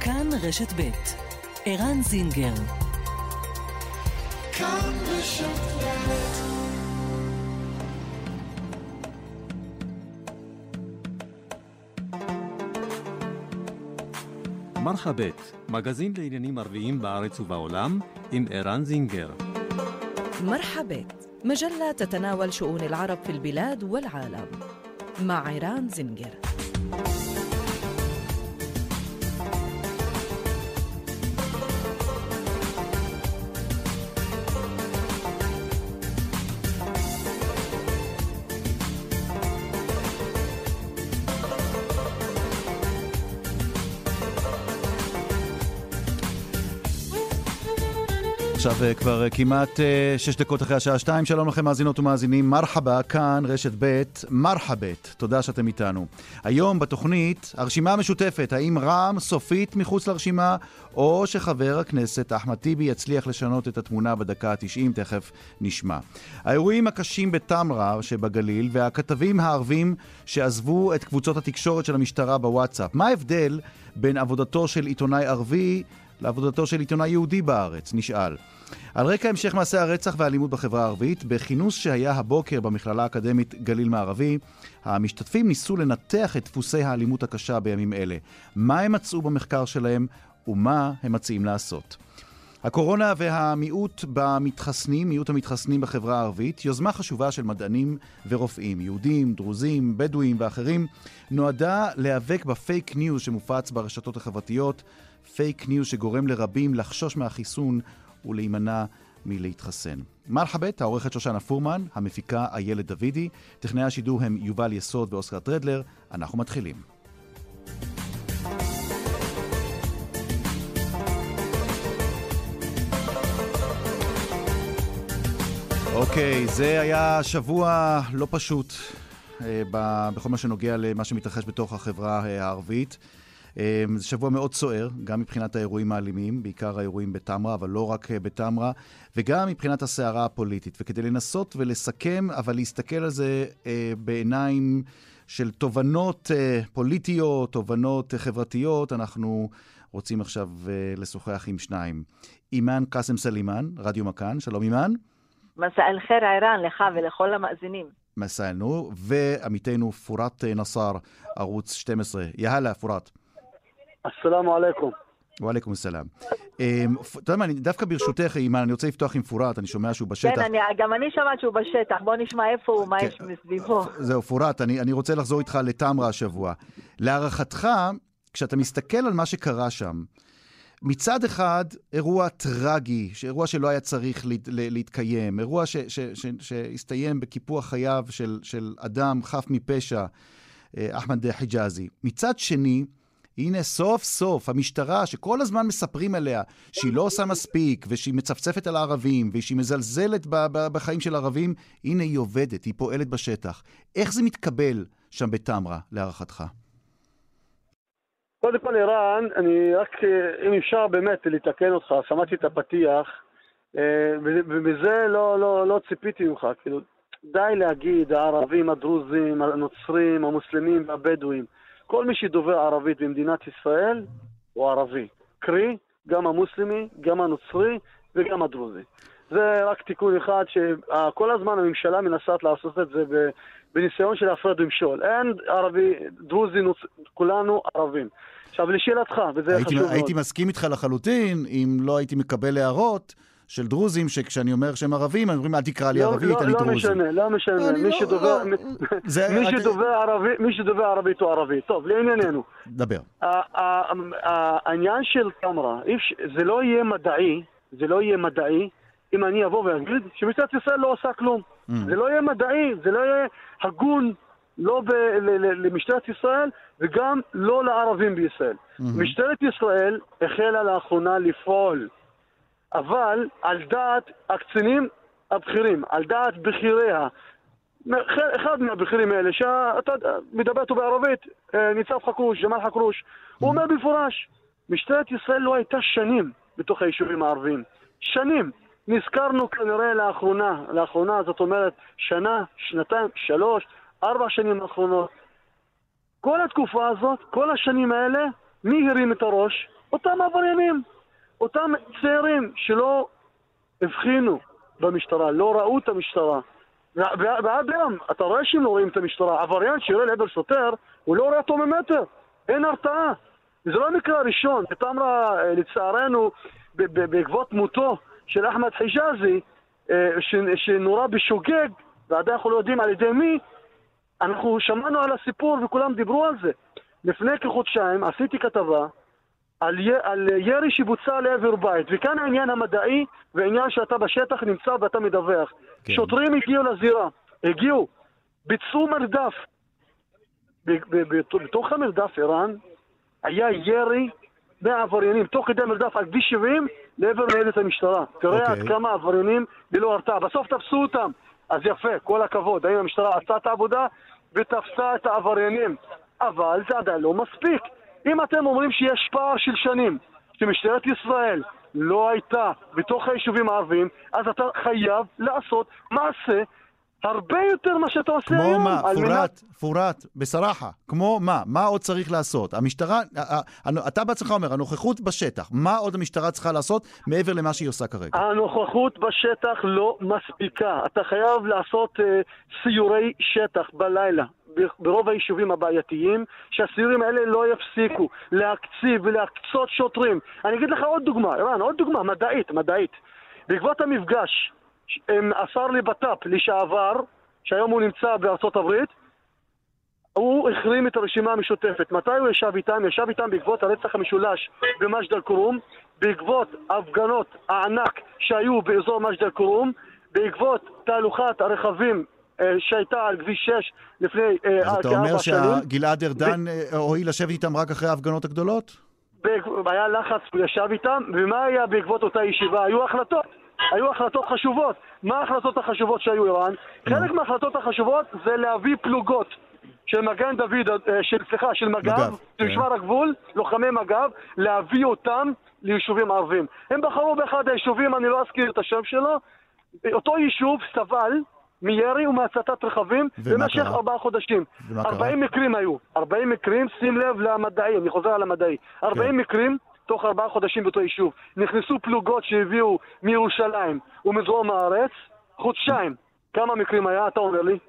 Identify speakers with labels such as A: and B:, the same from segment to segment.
A: כאן רשת ב' ערן זינגר. כאן רשת ב'.
B: מרחבת, מגזין לעניינים ערביים בארץ ובעולם עם ערן זינגר.
C: مرحبت مجلة تتناول شؤون العرب في البلاد والعالم مع عران زنجر.
D: עכשיו כבר כמעט 6 דקות אחרי השעה 2. שלום לכם מאזינות ומאזינים, מרחבה, כאן רשת ב' מרחבת, תודה שאתם איתנו. היום בתוכנית הרשימה המשותפת, האם רע"מ סופית מחוץ לרשימה או שחבר הכנסת אחמד טיבי יצליח לשנות את התמונה בדקה ה-90, תכף נשמע. האירועים הקשים בטמרה שבגליל והכתבים הערבים שעזבו את קבוצות התקשורת של המשטרה בוואטסאפ, מה ההבדל בין עבודתו של עיתונאי ערבי לעבודתו של עיתונאי יהודי בארץ? נשאל. על רקע המשך מעשי הרצח והאלימות בחברה הערבית, בכינוס שהיה הבוקר במכללה האקדמית גליל מערבי, המשתתפים ניסו לנתח את דפוסי האלימות הקשה בימים אלה. מה הם מצאו במחקר שלהם ומה הם מציעים לעשות? הקורונה והמיעוט במתחסנים, מיעוט המתחסנים בחברה הערבית, יוזמה חשובה של מדענים ורופאים, יהודים, דרוזים, בדואים ואחרים, נועדה להיאבק בפייק ניוז שמופץ ברשתות החברתיות, פייק ניוז שגורם לרבים לחשוש מהחיסון ולהימנע מלהתחסן. מרחבת, העורכת שושנה פורמן, המפיקה איילת דוידי, טכנאי השידור הם יובל יסוד ואוסקר טרדלר. אנחנו מתחילים. אוקיי, זה היה שבוע לא פשוט בכל מה שנוגע למה שמתרחש בתוך החברה הערבית. זה שבוע מאוד סוער, גם מבחינת האירועים האלימים, בעיקר האירועים בטמרה, אבל לא רק בטמרה, וגם מבחינת הסערה הפוליטית. וכדי לנסות ולסכם, אבל להסתכל על זה בעיניים של תובנות פוליטיות, תובנות חברתיות, אנחנו רוצים עכשיו לשוחח עם שניים. אימן קאסם סלימן, רדיו מכאן, שלום אימן.
E: מסע אל-חיר ערן, לך ולכל המאזינים.
D: מסע אל-נור, ועמיתנו פורט נסר, ערוץ 12. יהלה פורט.
F: السلام عليكم.
D: ועליכם הסלאם. אתה יודע מה, דווקא ברשותך, אימן, אני רוצה לפתוח עם פורט, אני שומע שהוא בשטח.
E: כן, גם אני שמעת שהוא בשטח, בוא נשמע איפה הוא, מה יש מסביבו.
D: זהו, פורט, אני רוצה לחזור איתך לטמרה השבוע. להערכתך, כשאתה מסתכל על מה שקרה שם, מצד אחד, אירוע טרגי, אירוע שלא היה צריך להתקיים, אירוע שהסתיים בקיפוח חייו של אדם חף מפשע, אחמד חיג'אזי. מצד שני, הנה סוף סוף המשטרה שכל הזמן מספרים עליה שהיא לא עושה מספיק ושהיא מצפצפת על הערבים ושהיא מזלזלת בחיים של ערבים, הנה היא עובדת, היא פועלת בשטח. איך זה מתקבל שם בטמרה להערכתך?
F: קודם כל ערן, אני רק אם אפשר באמת לתקן אותך, שמעתי את הפתיח ובזה לא ציפיתי ממך, כאילו די להגיד הערבים, הדרוזים, הנוצרים, המוסלמים והבדואים, כל מי שדובר ערבית במדינת ישראל הוא ערבי. קרי, גם המוסלמי, גם הנוצרי וגם הדרוזי. זה רק תיקון אחד שכל הזמן הממשלה מנסה לעשות את זה בניסיון של הפרד ומשול. אין ערבי, דרוזי, כולנו ערבים. עכשיו לשאלתך, וזה חשוב מאוד.
D: הייתי מסכים איתך לחלוטין אם לא הייתי מקבל הערות של דרוזים, שכשאני אומר שהם ערבים, הם אומרים, אל תקרא לי ערבית, אני דרוזי.
F: לא משנה. מי שדובר ערבית הוא ערבי. טוב, לענייננו.
D: דבר.
F: העניין של טמרה, זה לא יהיה מדעי, אם אני אבוא ואגיד שמשטרת ישראל לא עושה כלום. זה לא יהיה מדעי, זה לא יהיה הגון, לא למשטרת ישראל, וגם לא לערבים בישראל. משטרת ישראל החלה לאחרונה לפעול, אבל על דעת הקצינים הבכירים, על דעת בכיריה, אחד מהבכירים האלה, שאתה מדבר אותו בערבית, ניצב חכרוש, ג'מאל חכרוש, הוא אומר במפורש, משטרת ישראל לא הייתה שנים בתוך היישובים הערביים. שנים. נזכרנו כנראה לאחרונה, זאת אומרת, שנה, שנתיים, 3, 4 שנים האחרונות. כל התקופה הזאת, כל השנים האלה, מי הרים את הראש? אותם עבריינים, אותם צעירים שלא הבחינו במשטרה, לא ראו את המשטרה. ועד היום, אתה רואה שהם לא רואים את המשטרה. עבריין שיורה לעבר שוטר, הוא לא רואה אותו ממטר. אין הרתעה. זה לא המקרה הראשון. בתמרה, לצערנו, בעקבות מותו של אחמד חיג'אזי, שנורה בשוגג, ועדיין אנחנו לא יודעים על ידי מי, אנחנו שמענו על הסיפור וכולם דיברו על זה. לפני כחודשיים עשיתי כתבה על ירי שבוצע לעבר בית, וכאן העניין המדעי והעניין שאתה בשטח נמצא ואתה מדווח. כן. שוטרים הגיעו לזירה, ביצעו מרדף. בתוך המרדף איראן היה ירי מהעבריינים, תוך כדי מרדף על כביש 70 לעבר ניידת המשטרה. תראה עד כמה עבריינים ללא הרתעה. בסוף תפסו אותם. אז יפה, כל הכבוד. האם המשטרה עשתה את העבודה ותפסה את העבריינים. אבל זה עדיין לא מספיק. אם אתם אומרים שיש פער של שנים שמשטרת ישראל לא הייתה בתוך היישובים הערביים, אז אתה חייב לעשות מעשה הרבה יותר מה שאתה עושה היום.
D: כמו מה? פורט, בסרחה. כמו מה? מה עוד צריך לעשות? המשטרה, אתה בעצמך אומר, הנוכחות בשטח, מה עוד המשטרה צריכה לעשות מעבר למה שהיא עושה כרגע?
F: הנוכחות בשטח לא מספיקה. אתה חייב לעשות סיורי שטח בלילה. ברוב היישובים הבעייתיים, שהסיורים האלה לא יפסיקו להקציב ולהקצות שוטרים. אני אגיד לך עוד דוגמה, עוד דוגמה, מדעית. בעקבות המפגש השר לבט"פ לשעבר, שהיום הוא נמצא בארצות הברית, הוא החרים את הרשימה המשותפת. מתי הוא ישב איתם? ישב איתם בעקבות הרצח המשולש במג'ד אל-כרום, בעקבות הפגנות הענק שהיו באזור מג'ד אל-כרום, בעקבות תהלוכת הרכבים שהייתה על כביש 6 לפני
D: אז אתה אומר שגלעד ארדן הועיל לשבת איתם רק אחרי ההפגנות הגדולות?
F: היה לחץ, הוא ישב איתם, ומה היה בעקבות אותה ישיבה? היו החלטות חשובות. מה ההחלטות החשובות שהיו איראן? חלק מההחלטות החשובות זה להביא פלוגות של מגן דוד, של מג"ב, של משמר הגבול, לוחמי מג"ב, להביא אותם ליישובים ערבים. הם בחרו באחד היישובים, אני לא אזכיר את השם שלו, אותו יישוב סבל מירי ומהצתת רכבים במשך 4 חודשים. 40 מקרים היו. 40 מקרים, שים לב למדעי, אני חוזר על המדעי. 40 מקרים תוך 4 חודשים באותו יישוב. נכנסו פלוגות שהביאו מירושלים ומדרום הארץ. חודשיים. כמה מקרים היה? אתה אומר לי?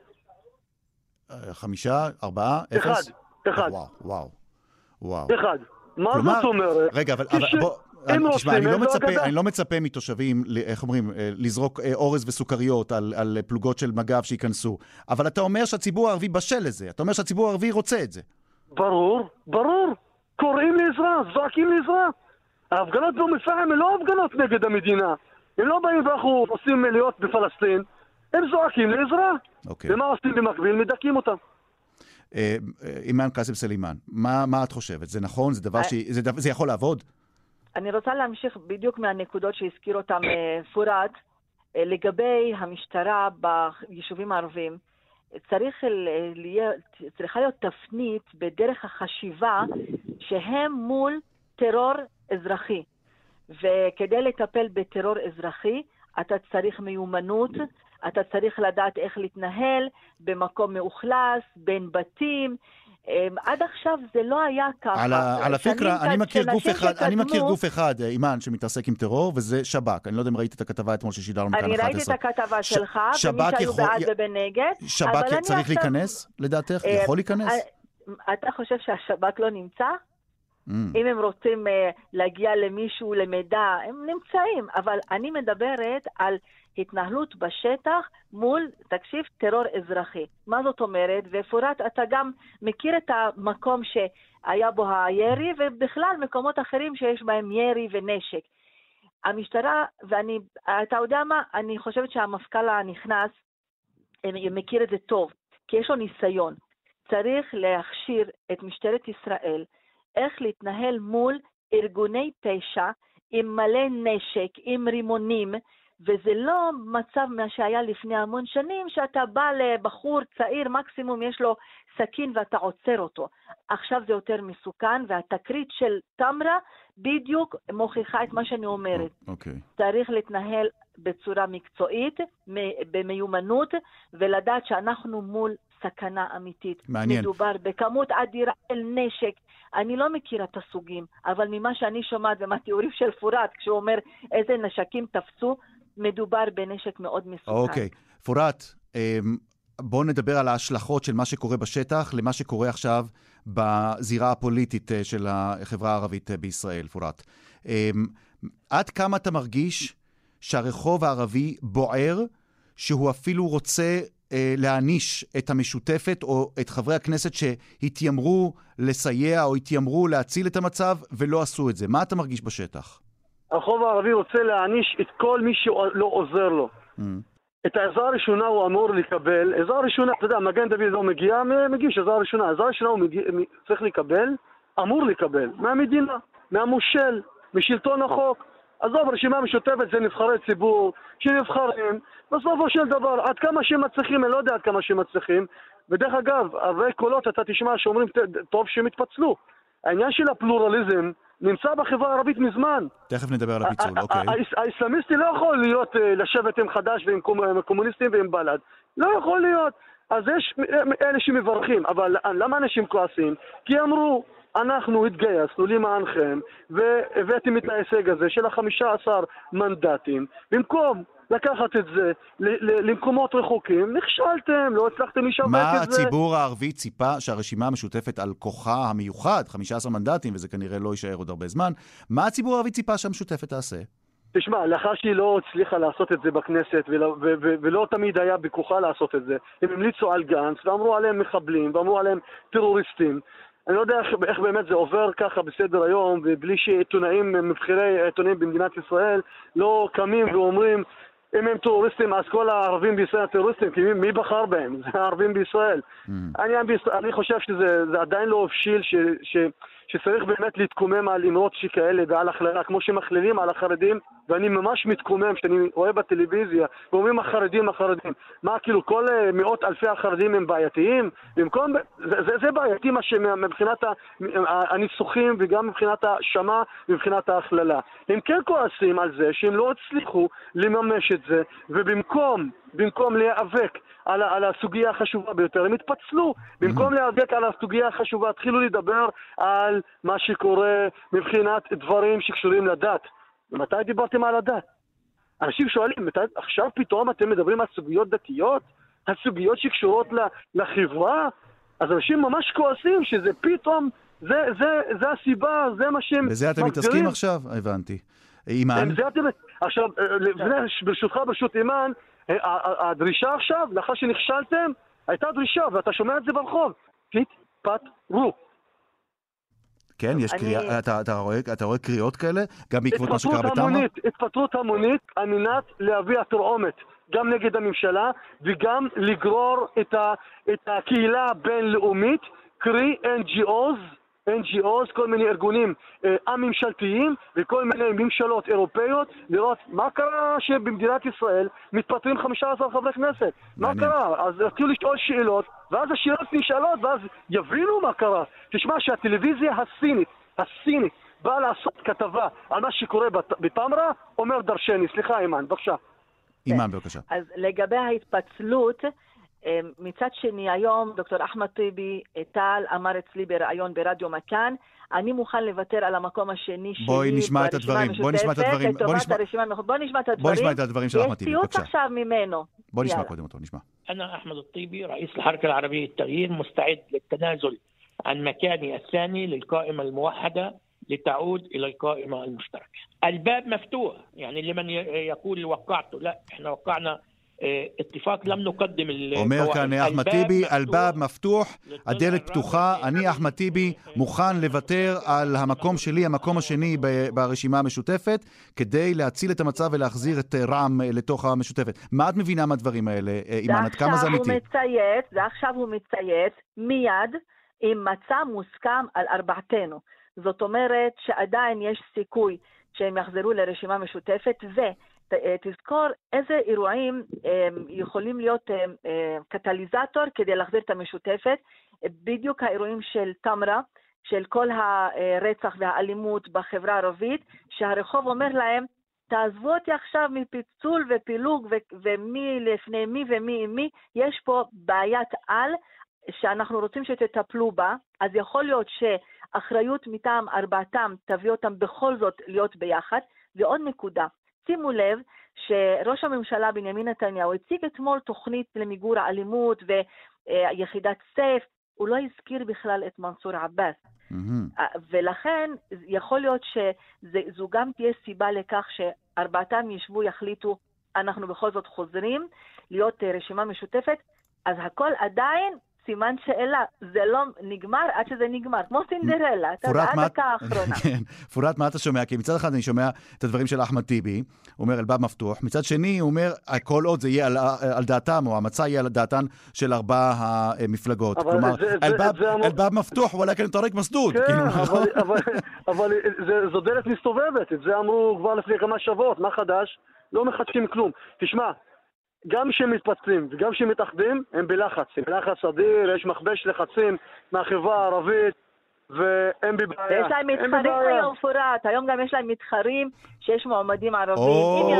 D: 5, 4, 0?
F: 1.
D: וואו.
F: 1. מה זאת אומרת?
D: רגע, אבל בוא... תשמע, אני לא מצפה מתושבים, איך אומרים, לזרוק אורז וסוכריות על פלוגות של מג"ב שיכנסו. אבל אתה אומר שהציבור הערבי בשל לזה. אתה אומר שהציבור הערבי רוצה את זה.
F: ברור. קוראים לעזרה, זועקים לעזרה. ההפגנות באום אל-פחם הן לא הפגנות נגד המדינה. הם לא באים ואנחנו עושים להיות בפלסטין. הם זועקים לעזרה. ומה עושים במקביל? מדכאים אותם.
D: אימאן קאסם סלימאן, מה את חושבת? זה נכון? זה דבר זה יכול לעבוד?
E: אני רוצה להמשיך בדיוק מהנקודות שהזכיר אותם פורט, לגבי המשטרה ביישובים הערבים. צריכה להיות תפנית בדרך החשיבה שהם מול טרור אזרחי. וכדי לטפל בטרור אזרחי, אתה צריך מיומנות, אתה צריך לדעת איך להתנהל במקום מאוכלס, בין בתים. עד עכשיו זה לא היה ככה.
D: על הפקרה, אני מכיר גוף אחד, אימאן, שמתעסק עם טרור, וזה שב"כ. אני לא יודע אם ראית את הכתבה אתמול ששידרנו מכאן 11.
E: אני ראיתי את הכתבה שלך, ומי שהיו בעד ובנגד.
D: שב"כ צריך להיכנס, לדעתך? יכול להיכנס?
E: אתה חושב שהשב"כ לא נמצא? אם הם רוצים להגיע למישהו, למידע, הם נמצאים. אבל אני מדברת על התנהלות בשטח מול, תקשיב, טרור אזרחי. מה זאת אומרת? ופורט, אתה גם מכיר את המקום שהיה בו הירי, ובכלל מקומות אחרים שיש בהם ירי ונשק. המשטרה, אתה יודע מה? אני חושבת שהמפכ"ל הנכנס מכיר את זה טוב, כי יש לו ניסיון. צריך להכשיר את משטרת ישראל איך להתנהל מול ארגוני פשע עם מלא נשק, עם רימונים, וזה לא מצב מה שהיה לפני המון שנים, שאתה בא לבחור צעיר, מקסימום יש לו סכין ואתה עוצר אותו. עכשיו זה יותר מסוכן, והתקרית של תמרה בדיוק מוכיחה את מה שאני אומרת.
D: Okay.
E: צריך להתנהל בצורה מקצועית, במיומנות, ולדעת שאנחנו מול סכנה אמיתית.
D: מעניין.
E: מדובר בכמות אדירה של נשק. אני לא מכירה את הסוגים, אבל ממה שאני שומעת ומהתיאורים של פורט, כשהוא אומר איזה נשקים תפסו, מדובר בנשק מאוד מסוכן.
D: אוקיי. פורט, בואו נדבר על ההשלכות של מה שקורה בשטח, למה שקורה עכשיו בזירה הפוליטית של החברה הערבית בישראל, פורט. עד כמה אתה מרגיש שהרחוב הערבי בוער, שהוא אפילו רוצה להעניש את המשותפת או את חברי הכנסת שהתיימרו לסייע או התיימרו להציל את המצב ולא עשו את זה? מה אתה מרגיש בשטח?
F: הרחוב הערבי רוצה להעניש את כל מי שלא עוזר לו. את העזרה הראשונה הוא אמור לקבל. עזרה ראשונה, אתה יודע, מגן דוד לא מגיע, מגיש עזרה ראשונה. עזרה ראשונה הוא צריך לקבל, אמור לקבל, מהמדינה, מהמושל, משלטון החוק. עזוב, רשימה משותפת זה נבחרי ציבור, שנבחרים, בסופו של דבר, עד כמה שהם מצליחים, אני לא יודע עד כמה שהם מצליחים, ודרך אגב, הרבה קולות אתה תשמע שאומרים, טוב שהם התפצלו. העניין של הפלורליזם נמצא בחברה הערבית מזמן.
D: תכף נדבר על הפיצול, אוקיי.
F: האסלאמיסטי לא יכול להיות, לשבת עם חד"ש ועם קומוניסטים ועם בל"ד. לא יכול להיות. אז יש אלה שמברכים, אבל למה אנשים כועסים? כי אמרו, אנחנו התגייסנו למענכם, והבאתם את ההישג הזה של 15 מנדטים. במקום לקחת את זה למקומות רחוקים, נכשלתם, לא הצלחתם לשווק את זה.
D: מה הציבור הערבי ציפה שהרשימה המשותפת על כוחה המיוחד, 15 מנדטים, וזה כנראה לא יישאר עוד הרבה זמן, מה הציבור הערבי ציפה שהמשותפת תעשה?
F: תשמע, לאחר שהיא לא הצליחה לעשות את זה בכנסת, ולא תמיד היה בכוחה לעשות את זה, הם המליצו על גנץ, ואמרו עליהם מחבלים, ואמרו עליהם טרוריסטים. אני לא יודע איך באמת זה עובר ככה בסדר היום, ובלי שעיתונאים, מבחירי עיתונאים במדינת ישראל, לא קמים ואומרים, אם הם טרוריסטים, אז כל הערבים בישראל טרוריסטים, כי מי בחר בהם? זה הערבים בישראל. אני חושב שזה עדיין לא הבשיל שצריך באמת להתקומם על אמרות שכאלה ועל הכללה, כמו שמכלילים על החרדים, ואני ממש מתקומם שאני רואה בטלוויזיה, ואומרים החרדים. מה, כאילו כל מאות אלפי החרדים הם בעייתיים? במקום, זה בעייתי מבחינת הניסוחים וגם מבחינת השמה ומבחינת ההכללה. הם כן כועסים על זה שהם לא הצליחו לממש את זה, ובמקום להיאבק על הסוגיה החשובה ביותר, הם התפצלו. במקום להיאבק על הסוגיה החשובה, התחילו לדבר על מה שקורה מבחינת דברים שקשורים לדת. מתי דיברתם על הדת? אנשים שואלים, עכשיו פתאום אתם מדברים על סוגיות דתיות? על סוגיות שקשורות לחברה? אז אנשים ממש כועסים שזה פתאום, זה הסיבה, זה מה שהם...
D: בזה אתם מתעסקים עכשיו? הבנתי. אימן?
F: עכשיו, ברשות אימן, הדרישה עכשיו, לאחר שנכשלתם, הייתה דרישה, ואתה שומע את זה ברחוב. תתפטרו.
D: כן, יש קריאה, אתה רואה קריאות כאלה? גם בעקבות מה שקרה בתמרה?
F: התפטרות המונית על מנת להביא התרעומת, גם נגד הממשלה, וגם לגרור את הקהילה הבינלאומית, קרי NGOs, כל מיני ארגונים הממשלתיים וכל מיני ממשלות אירופאיות, לראות מה קרה שבמדינת ישראל מתפטרים 15 חברי כנסת. מה קרה? אז התחילו לשאול שאלות, ואז השאלות נשאלות, ואז יבינו מה קרה. תשמע שהטלוויזיה הסינית באה לעשות כתבה על מה שקורה בתמרה, אומר דרשני. סליחה, אימן, בבקשה.
D: אימן, בבקשה.
E: אז לגבי ההתפצלות, מצד שני, היום דוקטור אחמד טיבי טל אמר אצלי בראיון ברדיו מכאן, אני מוכן לוותר על המקום השני שלי
D: בואי נשמע את הדברים. בואי נשמע את הדברים של אחמד טיבי,
E: יש ציוץ עכשיו ממנו.
D: בואי נשמע קודם אותו, נשמע.
G: أنا أحمد الطيبي رئيس الحركة العربية للتغيير مستعد للتنازل عن مكاني الثاني للقائمة الموحدة لتعود إلى القائمة المشتركة. الباب مفتوح، يعني لمن يقول وقعته، لا احنا وقعنا اتفاق لم نقدم
D: אומר כאן אחמד טיבי, אלבאב מפתוח, הדלת פתוחה, אני אחמד טיבי מוכן לוותר על המקום שלי, המקום השני ברשימה המשותפת, כדי להציל את המצב ולהחזיר את רע"מ לתוך המשותפת. מה את מבינה מהדברים האלה, אימן? עד כמה זה אמיתי?
E: זה עכשיו הוא מצייץ מיד עם מצע מוסכם על ארבעתנו. זאת אומרת שעדיין יש סיכוי שהם יחזרו לרשימה משותפת, תזכור איזה אירועים יכולים להיות קטליזטור כדי להחזיר את המשותפת. בדיוק האירועים של תמרה, של כל הרצח והאלימות בחברה הערבית, שהרחוב אומר להם, תעזבו אותי עכשיו מפיצול ופילוג ומי לפני מי ומי עם מי, יש פה בעיית על שאנחנו רוצים שתטפלו בה, אז יכול להיות שאחריות מטעם ארבעתם תביא אותם בכל זאת להיות ביחד. ועוד נקודה, שימו לב שראש הממשלה בנימין נתניהו הציג אתמול תוכנית למיגור האלימות ויחידת סייף, הוא לא הזכיר בכלל את מנסור עבאס. ולכן יכול להיות שזו גם תהיה סיבה לכך שארבעתם ישבו יחליטו, אנחנו בכל זאת חוזרים להיות רשימה משותפת, אז הכל עדיין סימן שאלה, זה לא נגמר עד שזה נגמר, כמו סינדרלה, עד דקה האחרונה.
D: כן, פורט, מה אתה שומע? כי מצד אחד אני שומע את הדברים של אחמד טיבי, הוא אומר אלבאב מפתוח, מצד שני הוא אומר, כל עוד זה יהיה על דעתם, או המצע יהיה על דעתן של 4 המפלגות. כלומר, אלבאב מפתוח, ולכן טריק מסדוד.
F: כן, אבל זו דלת מסתובבת, את זה אמרו כבר לפני כמה שבועות, מה חדש? לא מחדשים כלום. תשמע, גם שהם מתפצלים וגם שהם מתאחדים, הם בלחץ. הם בלחץ אדיר, יש מכבש לחצים מהחברה הערבית, והם בבעיה.
E: יש להם מתחרים היום, פורט. היום גם יש להם מתחרים שיש מועמדים ערבים.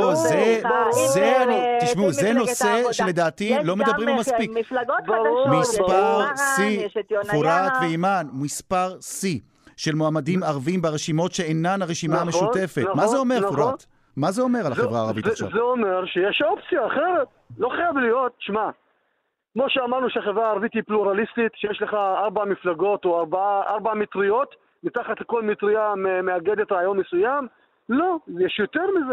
D: תשמעו, זה נושא שלדעתי לא מדברים מספיק.
E: מפלגות חדשות.
D: מספר C, פורט ואימן, מספר C של מועמדים ערבים ברשימות שאינן הרשימה המשותפת. מה זה אומר, פורט? מה זה אומר על החברה הערבית עכשיו?
F: זה אומר שיש אופציה אחרת. לא חייב להיות, שמע, כמו שאמרנו שהחברה הערבית היא פלורליסטית, שיש לך 4 מפלגות או 4 מטריות, מתחת לכל מטריה מאגדת רעיון מסוים, לא, יש יותר מזה.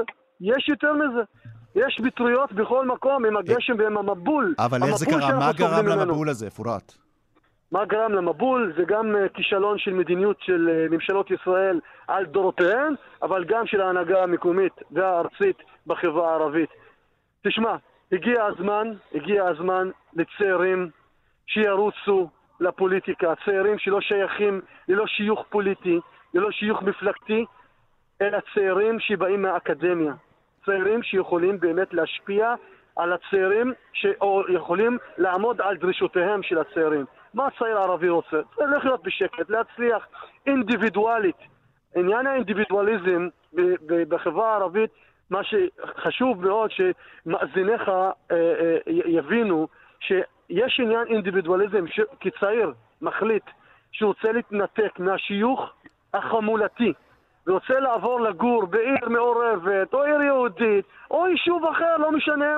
F: יש מטריות בכל מקום עם הגשם ועם המבול.
D: אבל איך זה קרה? מה גרם למבול הזה, פורט?
F: מה גרם למבול? זה גם כישלון של מדיניות של ממשלות ישראל על דורותיהן, אבל גם של ההנהגה המקומית והארצית בחברה הערבית. תשמע, הגיע הזמן לצעירים שירוצו לפוליטיקה, צעירים שלא שייכים ללא שיוך פוליטי, ללא שיוך מפלגתי, אלא צעירים שבאים מהאקדמיה, צעירים שיכולים באמת להשפיע על הצעירים, או יכולים לעמוד על דרישותיהם של הצעירים. מה הצעיר הערבי רוצה? זה לחיות בשקט, להצליח אינדיבידואלית. עניין האינדיבידואליזם בחברה הערבית, מה שחשוב מאוד שמאזיניך יבינו שיש עניין אינדיבידואליזם, כי צעיר מחליט שהוא רוצה להתנתק מהשיוך החמולתי ורוצה לעבור לגור בעיר מעורבת או עיר יהודית או יישוב אחר, לא משנה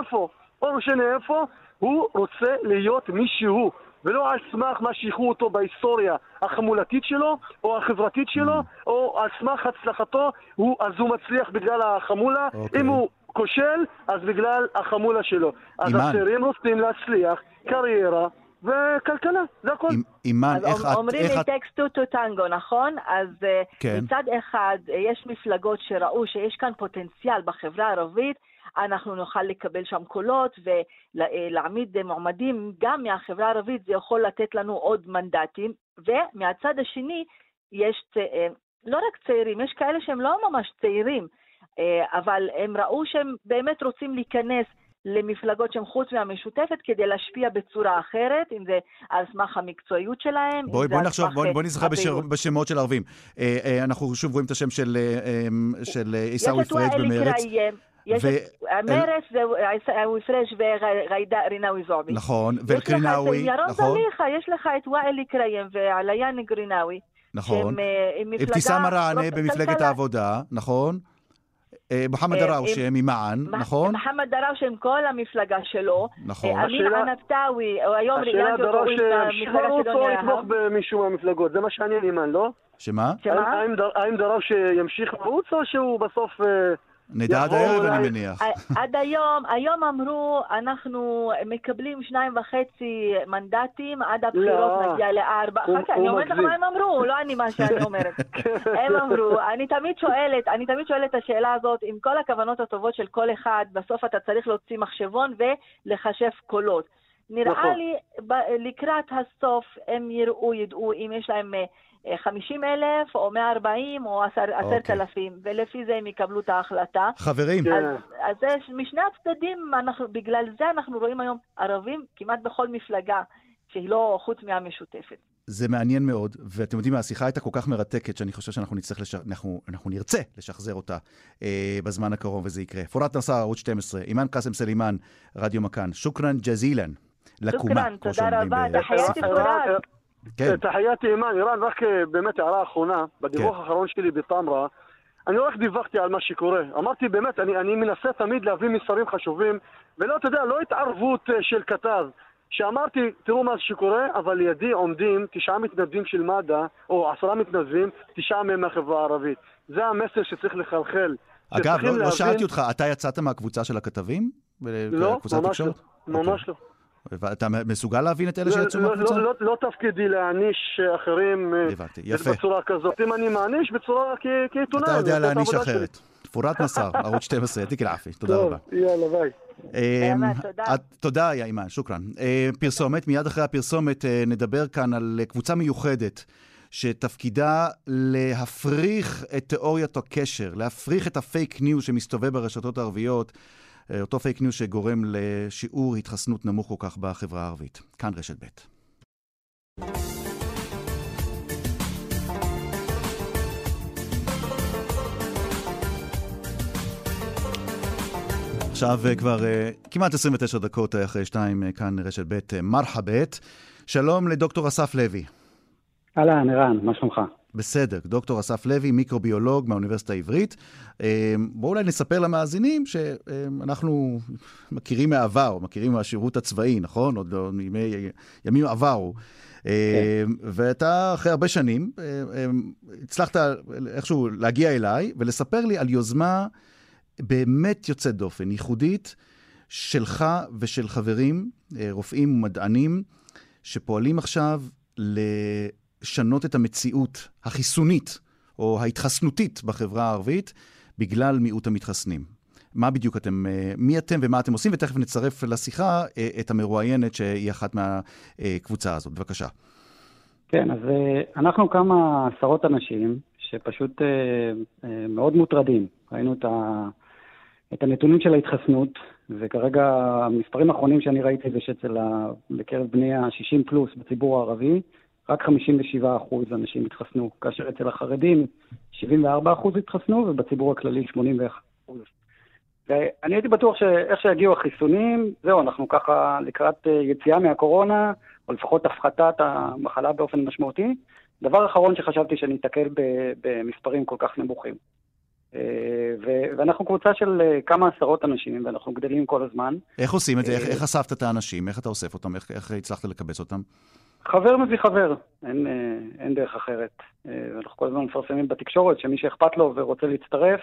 F: איפה, הוא רוצה להיות מישהו ולא על סמך מה שייכו אותו בהיסטוריה החמולתית שלו או החברתית שלו, או על סמך הצלחתו, אז הוא מצליח בגלל החמולה. אם הוא כושל, אז בגלל החמולה שלו. אז הצעירים רוצים להצליח קריירה וכלכלה, זה הכל.
E: אומרים לי טקסט טו טנגו, נכון? אז מצד אחד יש מפלגות שראו שיש כאן פוטנציאל בחברה הערבית, אנחנו נוכל לקבל שם קולות ולהעמיד מועמדים גם מהחברה הערבית, זה יכול לתת לנו עוד מנדטים. ומהצד השני יש לא רק צעירים, יש כאלה שהם לא ממש צעירים, אבל הם ראו שהם באמת רוצים להיכנס למפלגות שהן חוץ מהמשותפת כדי להשפיע בצורה אחרת, אם זה על סמך המקצועיות שלהם.
D: בואי נזכר בשמות של ערבים. אנחנו שוב רואים את השם של עיסאווי פריג' במרץ.
E: יש מרץ, עיסאווי פריג' וג'ידא רינאוי זועבי.
D: נכון, וקרינאוי.
E: ירון זליחה, יש לך את ואאל קריים ועליאן גרינאוי.
D: נכון. אבתיסאם מראענה במפלגת העבודה, נכון. מוחמד דראושה ממען, נכון?
E: מוחמד דראושה עם כל המפלגה שלו.
D: נכון.
E: אמין ענבתאווי, היום ראיינתי אותו עם המפלגה
F: שלו יתמוך במישהו מהמפלגות, זה מה שאני אימן, לא?
D: שמה?
F: האם דראושה ימשיך לרוץ או שהוא בסוף...
D: נדע עד הערב אני מניח.
E: עד היום אמרו, אנחנו מקבלים 2.5 מנדטים, עד הבחירות נגיע ל4. אני אומרת לך מה הם אמרו, לא אני מה שאני אומרת. הם אמרו, אני תמיד שואלת את השאלה הזאת, עם כל הכוונות הטובות של כל אחד, בסוף אתה צריך להוציא מחשבון ולחשב קולות. נראה לי לקראת הסוף הם ידעו אם יש להם 50,000 או 140 או 10,000, ולפי זה הם יקבלו את ההחלטה.
D: חברים.
E: אז משני הצדדים, בגלל זה אנחנו רואים היום ערבים כמעט בכל מפלגה שהיא לא חוץ מהמשותפת.
D: זה מעניין מאוד, ואתם יודעים, השיחה הייתה כל כך מרתקת, שאני חושב שאנחנו נרצה לשחזר אותה בזמן הקרוב, וזה יקרה. פורת נסאר, ערוץ 12, אימן קאסם סלימאן, רדיו מכאן. שוקרן ג'זילן.
E: שוקרן, תודה רבה. תחייתי פורת.
F: תחייתי אימן, אירן, רק באמת הערה האחרונה, בדיווח האחרון שלי בתמרה, אני רק דיווחתי על מה שקורה. אמרתי באמת, אני מנסה תמיד להביא מסרים חשובים, ולא, אתה יודע, לא התערבות של כתב. שאמרתי, תראו מה שקורה, אבל לידי עומדים 9 מתנדבים של מד"א, או 10 מתנדבים, 9 מהם מהחברה הערבית. זה המסר שצריך לחלחל.
D: אגב, לא שאלתי אותך, אתה יצאת מהקבוצה של הכתבים?
F: לא, ממש לא.
D: אתה מסוגל להבין את אלה שיצאו מהקבוצה?
F: לא תפקידי להעניש אחרים בצורה כזאת. אם אני מעניש בצורה כעיתונאי.
D: אתה יודע להעניש אחרת. פורת נסאר, ערוץ 12, יתיק אל-עפי. תודה רבה.
F: יאללה, ביי.
D: תודה, יא אימן, שוקרן. פרסומת, מיד אחרי הפרסומת נדבר כאן על קבוצה מיוחדת שתפקידה להפריך את תיאוריית הקשר, להפריך את הפייק ניוז שמסתובב ברשתות הערביות, אותו פייק ניוז שגורם לשיעור התחסנות נמוך כל כך בחברה הערבית. כאן רשת ב'. עכשיו כבר כמעט 29 דקות אחרי 2, כאן רשת ב' מרחבת. שלום לדוקטור אסף לוי.
H: אהלן, ערן, מה שלומך?
D: בסדר, דוקטור אסף לוי, מיקרוביולוג מהאוניברסיטה העברית. בואו אולי נספר למאזינים שאנחנו מכירים מהעבר, מכירים מהשירות הצבאי, נכון? עוד ימים עברו. ואתה אחרי הרבה שנים הצלחת איכשהו להגיע אליי ולספר לי על יוזמה באמת יוצאת דופן, ייחודית שלך ושל חברים, רופאים ומדענים, שפועלים עכשיו לשנות את המציאות החיסונית או ההתחסנותית בחברה הערבית בגלל מיעוט המתחסנים. מה בדיוק מי אתם ומה אתם עושים? ותכף נצרף לשיחה את המרואיינת שהיא אחת מהקבוצה הזאת. בבקשה.
H: כן, אז אנחנו כמה עשרות אנשים שפשוט מאוד מוטרדים. ראינו את הנתונים של ההתחסנות, וכרגע המספרים האחרונים שאני ראיתי זה בקרב בני ה-60 פלוס בציבור הערבי, רק 57% אנשים התחסנו, כאשר אצל החרדים 74% התחסנו, ובציבור הכללי 81%. ואני הייתי בטוח שאיך שיגיעו החיסונים, זהו, אנחנו ככה לקראת יציאה מהקורונה, או לפחות הפחתת המחלה באופן משמעותי. דבר אחרון שחשבתי שאני אתקל במספרים כל כך נמוכים. ואנחנו קבוצה של כמה עשרות אנשים, ואנחנו גדלים כל הזמן.
D: איך עושים את זה? איך אספת את האנשים? איך אתה אוסף אותם? איך הצלחת לקבץ אותם?
H: חבר מביא חבר. אין דרך אחרת. אנחנו כל הזמן מפרסמים בתקשורת שמי שאכפת לו ורוצה להצטרף,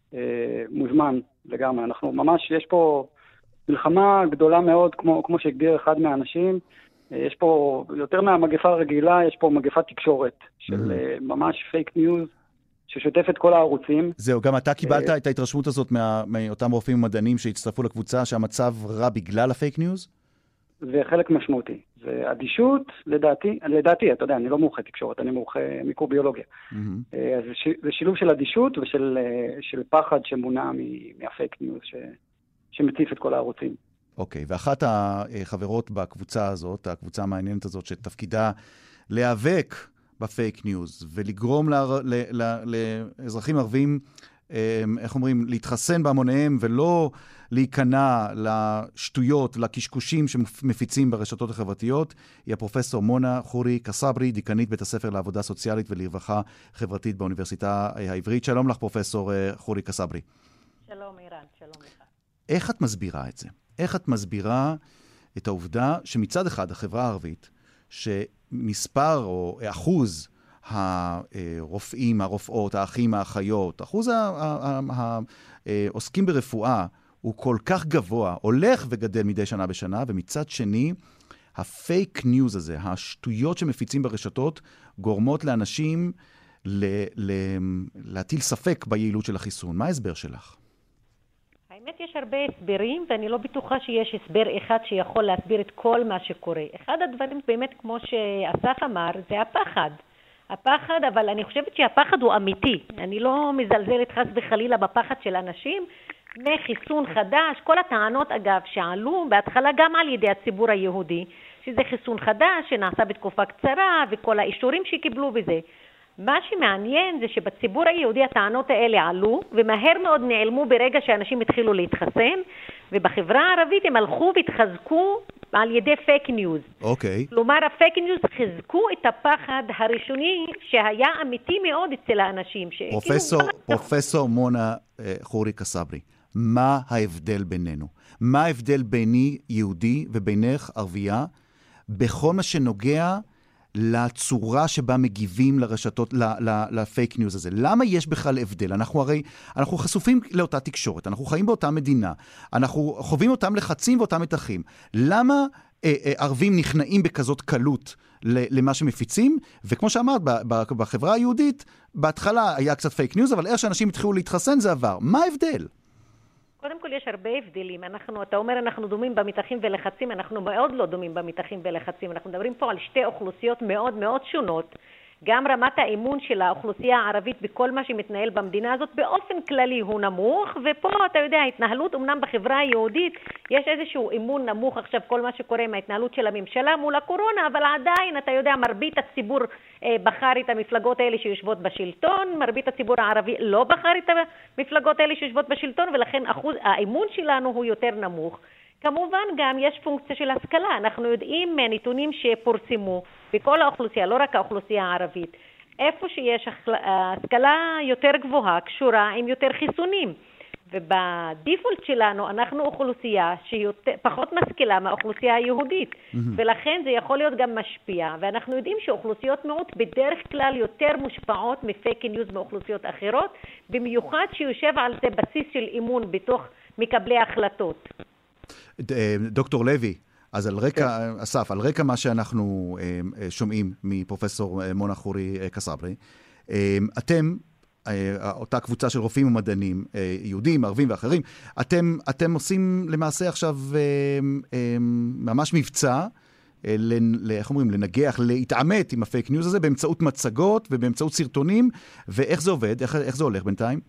H: מוזמן לגמרי. אנחנו ממש, יש פה מלחמה גדולה מאוד, כמו שהגדיר אחד מהאנשים. יש פה, יותר מהמגפה הרגילה, יש פה מגפת תקשורת של ממש פייק ניוז, ששוטף את כל הערוצים. זהו, גם אתה קיבלת את ההתרשמות הזאת מאותם רופאים ומדענים שהצטרפו לקבוצה, שהמצב רע בגלל הפייק ניוז? זה חלק משמעותי. זה אדישות, לדעתי, אתה יודע, אני לא מומחה תקשורת, אני מומחה מיקרוביולוגיה. אז זה שילוב של אדישות ושל פחד שמונע מהפייק ניוז שמציף את כל הערוצים. אוקיי, ואחת החברות בקבוצה הזאת, הקבוצה המעניינת הזאת, שתפקידה להיאבק בפייק ניוז, ולגרום לאזרחים ערבים, איך אומרים, להתחסן בהמוניהם, ולא להיכנע לשטויות, לקשקושים שמפיצים ברשתות החברתיות, היא הפרופסור מונה חורי קסברי, דיקנית בית הספר לעבודה סוציאלית ולרווחה חברתית באוניברסיטה העברית. שלום לך, פרופסור חורי קסברי.
I: שלום, אירן, שלום לך.
D: איך את מסבירה את זה? איך את מסבירה את העובדה שמצד אחד החברה הערבית, שמספר או אחוז הרופאים, הרופאות, האחים, האחיות, אחוז העוסקים ברפואה הוא כל כך גבוה, הולך וגדל מדי שנה בשנה, ומצד שני, הפייק ניוז הזה, השטויות שמפיצים ברשתות, גורמות לאנשים להטיל ספק ביעילות של החיסון. מה ההסבר שלך?
I: האמת יש הרבה הסברים, ואני לא בטוחה שיש הסבר אחד שיכול להסביר את כל מה שקורה. אחד הדברים באמת, כמו שאסף אמר, זה הפחד. הפחד, אבל אני חושבת שהפחד הוא אמיתי. אני לא מזלזלת חס וחלילה בפחד של אנשים, מחיסון חדש, כל הטענות אגב שעלו בהתחלה גם על ידי הציבור היהודי, שזה חיסון חדש שנעשה בתקופה קצרה וכל האישורים שקיבלו בזה. מה שמעניין זה שבציבור היהודי הטענות האלה עלו ומהר מאוד נעלמו ברגע שאנשים התחילו להתחסן, ובחברה הערבית הם הלכו והתחזקו על ידי פייק ניוז.
D: אוקיי.
I: כלומר, הפייק ניוז חיזקו את הפחד הראשוני שהיה אמיתי מאוד אצל האנשים.
D: פרופסור מונה חורי קסברי, מה ההבדל בינינו? מה ההבדל ביני יהודי ובינך ערבייה בכל מה שנוגע לצורה שבה מגיבים לרשתות, לפייק ניוז הזה? למה יש בכלל הבדל? אנחנו חשופים לאותה תקשורת, אנחנו חיים באותה מדינה, אנחנו חווים אותם לחצים ואותם מתחים. למה ערבים נכנעים בכזאת קלות למה שמפיצים? וכמו שאמרת, בחברה היהודית, בהתחלה היה קצת פייק ניוז, אבל איך שאנשים התחילו להתחסן זה עבר. מה ההבדל?
I: קודם כל יש הרבה הבדלים. אתה אומר אנחנו דומים במתחים ולחצים, אנחנו מאוד לא דומים במתחים ולחצים. אנחנו מדברים פה על שתי אוכלוסיות מאוד מאוד שונות. גם רמת האמון של האוכלוסייה הערבית בכל מה שמתנהל במדינה הזאת באופן כללי הוא נמוך, ופה אתה יודע, ההתנהלות אמנם בחברה היהודית יש איזשהו אמון נמוך עכשיו כל מה שקורה עם ההתנהלות של הממשלה מול הקורונה, אבל עדיין אתה יודע מרבית הציבור בחר את המפלגות האלה שיושבות בשלטון, מרבית הציבור הערבי לא בחר את המפלגות האלה שיושבות בשלטון, ולכן האמון שלנו הוא יותר נמוך. כמובן גם יש פונקציה של השכלה, אנחנו יודעים מהנתונים שפורסמו בכל האוכלוסייה, לא רק האוכלוסייה הערבית, איפה שיש השכלה יותר גבוהה קשורה עם יותר חיסונים, ובדיפולט שלנו אנחנו אוכלוסייה שפחות משכילה מהאוכלוסייה היהודית, ולכן זה יכול להיות גם משפיע, ואנחנו יודעים שאוכלוסיות מיעוט בדרך כלל יותר מושפעות מפייק ניוז מאוכלוסיות אחרות, במיוחד שיושב על זה בסיס של אמון בתוך מקבלי ההחלטות.
D: דוקטור לוי, אז על רקע, אסף, על רקע מה שאנחנו שומעים מפרופסור מונה חורי קסברי, אתם, אותה קבוצה של רופאים ומדענים, יהודים, ערבים ואחרים, אתם עושים למעשה עכשיו ממש מבצע, איך אומרים, לנגח, להתעמת עם הפייק ניוז הזה באמצעות מצגות ובאמצעות סרטונים, ואיך זה עובד? איך זה הולך בינתיים?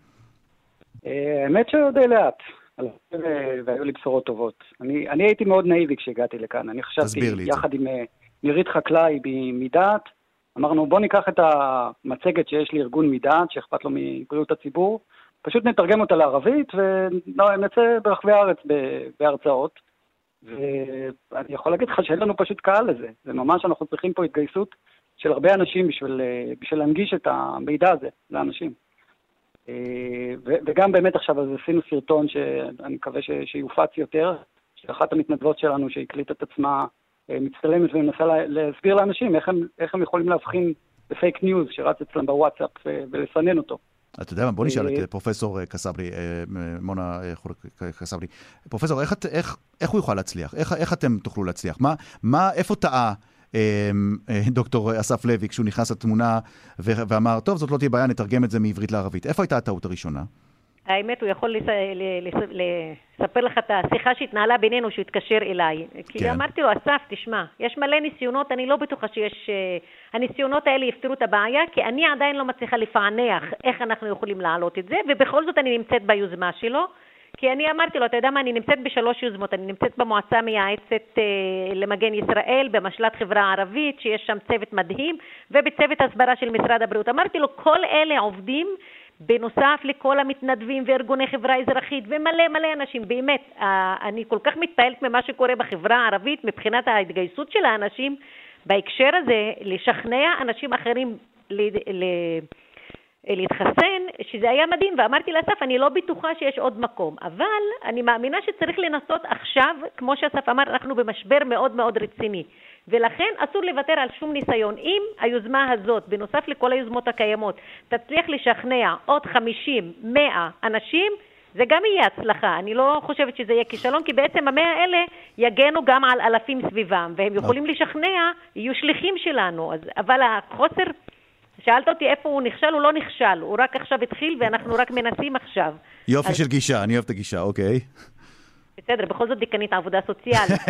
H: האמת שעוד לאט. והיו לי בשורות טובות. אני הייתי מאוד נאיבי כשהגעתי לכאן. אני חשבתי, יחד עם נירית חקלאי מדעת, אמרנו בוא ניקח את המצגת שיש לארגון מדעת, שאכפת לו מבריאות הציבור, פשוט נתרגם אותה לערבית, ונצא ברחבי הארץ בהרצאות. ואני יכול להגיד לך שאין לנו פשוט קהל לזה. זה ממש, אנחנו צריכים פה התגייסות של הרבה אנשים בשביל להנגיש את המידע הזה לאנשים. וגם באמת עכשיו אז עשינו סרטון שאני מקווה שיופץ יותר, שאחת המתנדבות שלנו שהקליטה את עצמה מצטלמת ומנסה להסביר לאנשים איך הם יכולים להבחין בפייק ניוז שרץ אצלם בוואטסאפ ולסנן אותו. אתה
D: יודע מה, בוא נשאל את פרופסור קסברי, מונה קסברי. פרופסור, איך הוא יוכל להצליח? איך אתם תוכלו להצליח? איפה טעה דוקטור אסף לוי כשהוא נכנס לתמונה ואמר, טוב, זאת לא תהיה בעיה, נתרגם את זה מעברית לערבית. איפה הייתה הטעות הראשונה?
I: האמת, הוא יכול לספר לך את השיחה שהתנהלה בינינו, שהוא התקשר אליי. כי אמרתי לו, אסף, תשמע, יש מלא ניסיונות, אני לא בטוחה שיש, הניסיונות האלה יפתרו את הבעיה, כי אני עדיין לא מצליחה לפענח איך אנחנו יכולים להעלות את זה, ובכל זאת אני נמצאת ביוזמה שלו, כי אני אמרתי לו, אתה יודע מה, אני נמצאת בשלוש יוזמות, אני נמצאת במועצה המייעצת למגן ישראל, במשלט חברה ערבית, שיש שם צוות מדהים, ובצוות הסברה של משרד הבריאות. אמרתי לו, כל אלה עובדים בנוסף לכל המתנדבים וארגוני חברה אזרחית, ומלא מלא אנשים. באמת, אני כל כך מתפעלת ממה שקורה בחברה הערבית, מבחינת ההתגייסות של האנשים, בהקשר הזה, לשכנע אנשים אחרים להתחסן, שזה היה מדהים, ואמרתי לאסף, אני לא בטוחה שיש עוד מקום, אבל אני מאמינה שצריך לנסות עכשיו, כמו שאסף אמר, אנחנו במשבר מאוד מאוד רציני, ולכן אסור לוותר על שום ניסיון. אם היוזמה הזאת, בנוסף לכל היוזמות הקיימות, תצליח לשכנע עוד 50, 100 אנשים, זה גם יהיה הצלחה. אני לא חושבת שזה יהיה כישלון, כי בעצם 100 האלה יגנו גם על אלפים סביבם, והם יכולים לשכנע, יהיו שליחים שלנו. אבל החוסר, שאלת אותי איפה הוא נכשל, הוא לא נכשל, הוא רק עכשיו התחיל ואנחנו רק מנסים עכשיו.
D: יופי של גישה, אני אוהב את הגישה, אוקיי.
I: בסדר, בכל זאת דיקנית עבודה סוציאלית.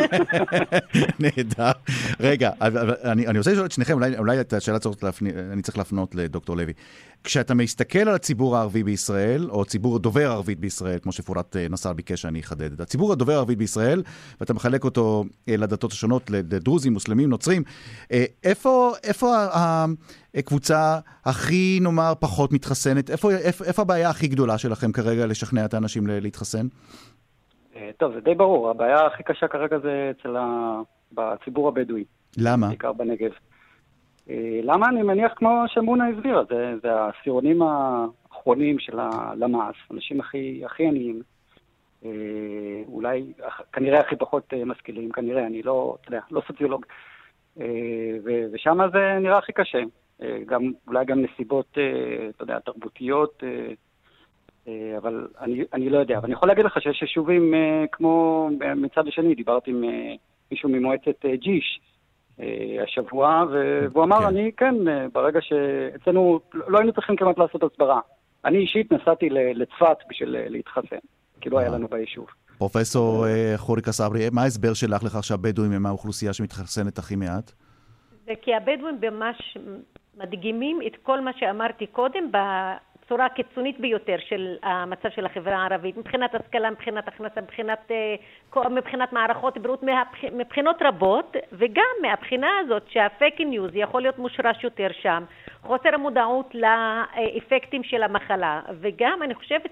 D: נהדר. רגע, אני רוצה לשאול את שניכם, אולי את השאלה אני צריך להפנות לדוקטור לוי. כשאתה מסתכל על הציבור הערבי בישראל, או ציבור דובר ערבית בישראל, כמו שפורת נסר ביקש שאני אחדד, הציבור הדובר ערבית בישראל, ואתה מחלק אותו לדתות השונות, לדרוזים, מוסלמים, נוצרים, איפה הקבוצה הכי, נאמר, פחות מתחסנת? איפה הבעיה הכי גדולה שלכם כרגע לשכנע את האנשים להתחסן?
H: טוב, זה די ברור. הבעיה הכי קשה כרגע זה בציבור הבדואי.
D: למה?
H: בעיקר בנגב. למה? אני מניח כמו שמונה הסבירה. זה העשירונים האחרונים של הלמ"ס, אנשים הכי עניים. אולי, כנראה הכי פחות משכילים, כנראה, אני לא סוציולוג. ושם זה נראה הכי קשה. אולי גם נסיבות, אתה יודע, תרבותיות, אבל אני לא יודע. אבל אני יכול להגיד לך שיש יישובים כמו מצד השני, דיברתי עם מישהו ממועצת ג'יש השבוע, והוא אמר, אני כן, ברגע שאצלנו לא היינו צריכים כמעט לעשות הסברה. אני אישית נסעתי לצפת בשביל להתחסן, כי לא היה לנו ביישוב.
D: פרופסור חוריקה סברי, מה ההסבר שלך לכך שהבדואים הם האוכלוסייה שמתחסנת הכי מעט?
I: זה כי הבדואים ממש מדגימים את כל מה שאמרתי קודם בצורה הקיצונית ביותר של המצב של החברה הערבית, מבחינת השכלה, מבחינת הכנסה, מבחינת מערכות בריאות, מבחינות רבות, וגם מהבחינה הזאת שהפייק ניוז יכול להיות מושרש יותר שם, חוסר המודעות לאפקטים של המחלה, וגם אני חושבת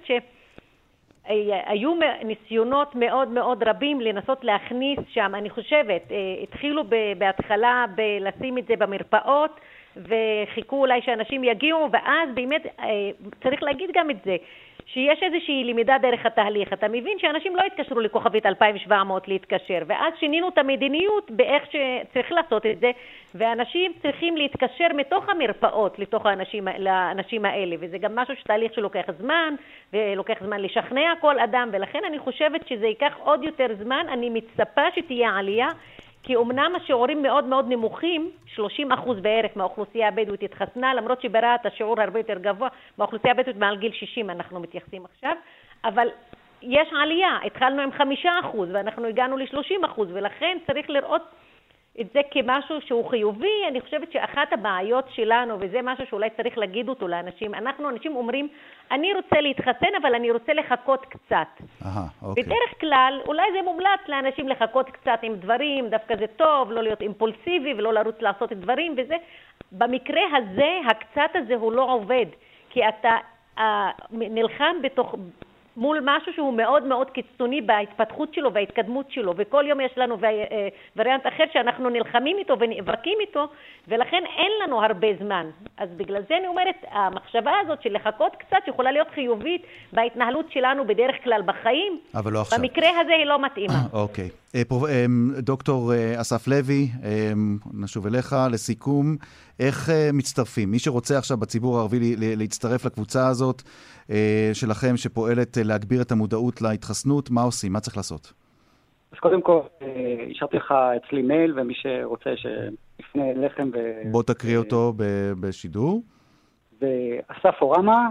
I: היו ניסיונות מאוד מאוד רבים לנסות להכניס שם, אני חושבת, התחילו בהתחלה לשים את זה במרפאות, וחיכו אולי שאנשים יגיעו, ואז באמת צריך להגיד גם את זה, שיש איזושהי למידה דרך התהליך. אתה מבין שאנשים לא התקשרו לכוכבית 2700 להתקשר, ואז שינינו את המדיניות באיך שצריך לעשות את זה, ואנשים צריכים להתקשר מתוך המרפאות לאנשים האלה, וזה גם משהו שתהליך שלוקח זמן, ולוקח זמן לשכנע כל אדם, ולכן אני חושבת שזה ייקח עוד יותר זמן. אני מצפה שתהיה עלייה, כי אמנם השיעורים מאוד מאוד נמוכים, 30% בערך מהאוכלוסייה הבדואית התחסנה, למרות שברעת השיעור הרבה יותר גבוה, מהאוכלוסייה הבדואית מעל גיל 60 אנחנו מתייחסים עכשיו, אבל יש עלייה, התחלנו עם 5% ואנחנו הגענו ל-30%, ולכן צריך לראות את זה כמשהו שהוא חיובי. אני חושבת שאחת הבעיות שלנו, וזה משהו שאולי צריך להגיד אותו לאנשים, אנשים אומרים, אני רוצה להתחסן, אבל אני רוצה לחכות קצת.
D: אוקיי.
I: בדרך כלל, אולי זה מומלץ לאנשים לחכות קצת עם דברים, דווקא זה טוב, לא להיות אימפולסיבי ולא לרוץ לעשות דברים, וזה, במקרה הזה, הקצת הזה הוא לא עובד, כי אתה נלחם מול משהו שהוא מאוד מאוד קיצוני בהתפתחות שלו וההתקדמות שלו, וכל יום יש לנו וריאנט אחר שאנחנו נלחמים איתו ונאבקים איתו, ולכן אין לנו הרבה זמן. אז בגלל זה אני אומרת, המחשבה הזאת של לחכות קצת יכולה להיות חיובית בהתנהלות שלנו בדרך כלל בחיים,
D: אבל לא עכשיו.
I: במקרה הזה היא לא מתאימה.
D: אוקיי. דוקטור אסף לוי, נשוב אליך לסיכום. איך מצטרפים? מי שרוצה עכשיו בציבור הערבי להצטרף לקבוצה הזאת שלכם שפועלת להגביר את המודעות להתחסנות, מה עושים? מה צריך לעשות?
H: אז קודם כל, השארתי לך אצלי מייל, ומי שרוצה שיפנה אליכם
D: בוא תקריא אותו בשידור.
H: ואסף אורמה,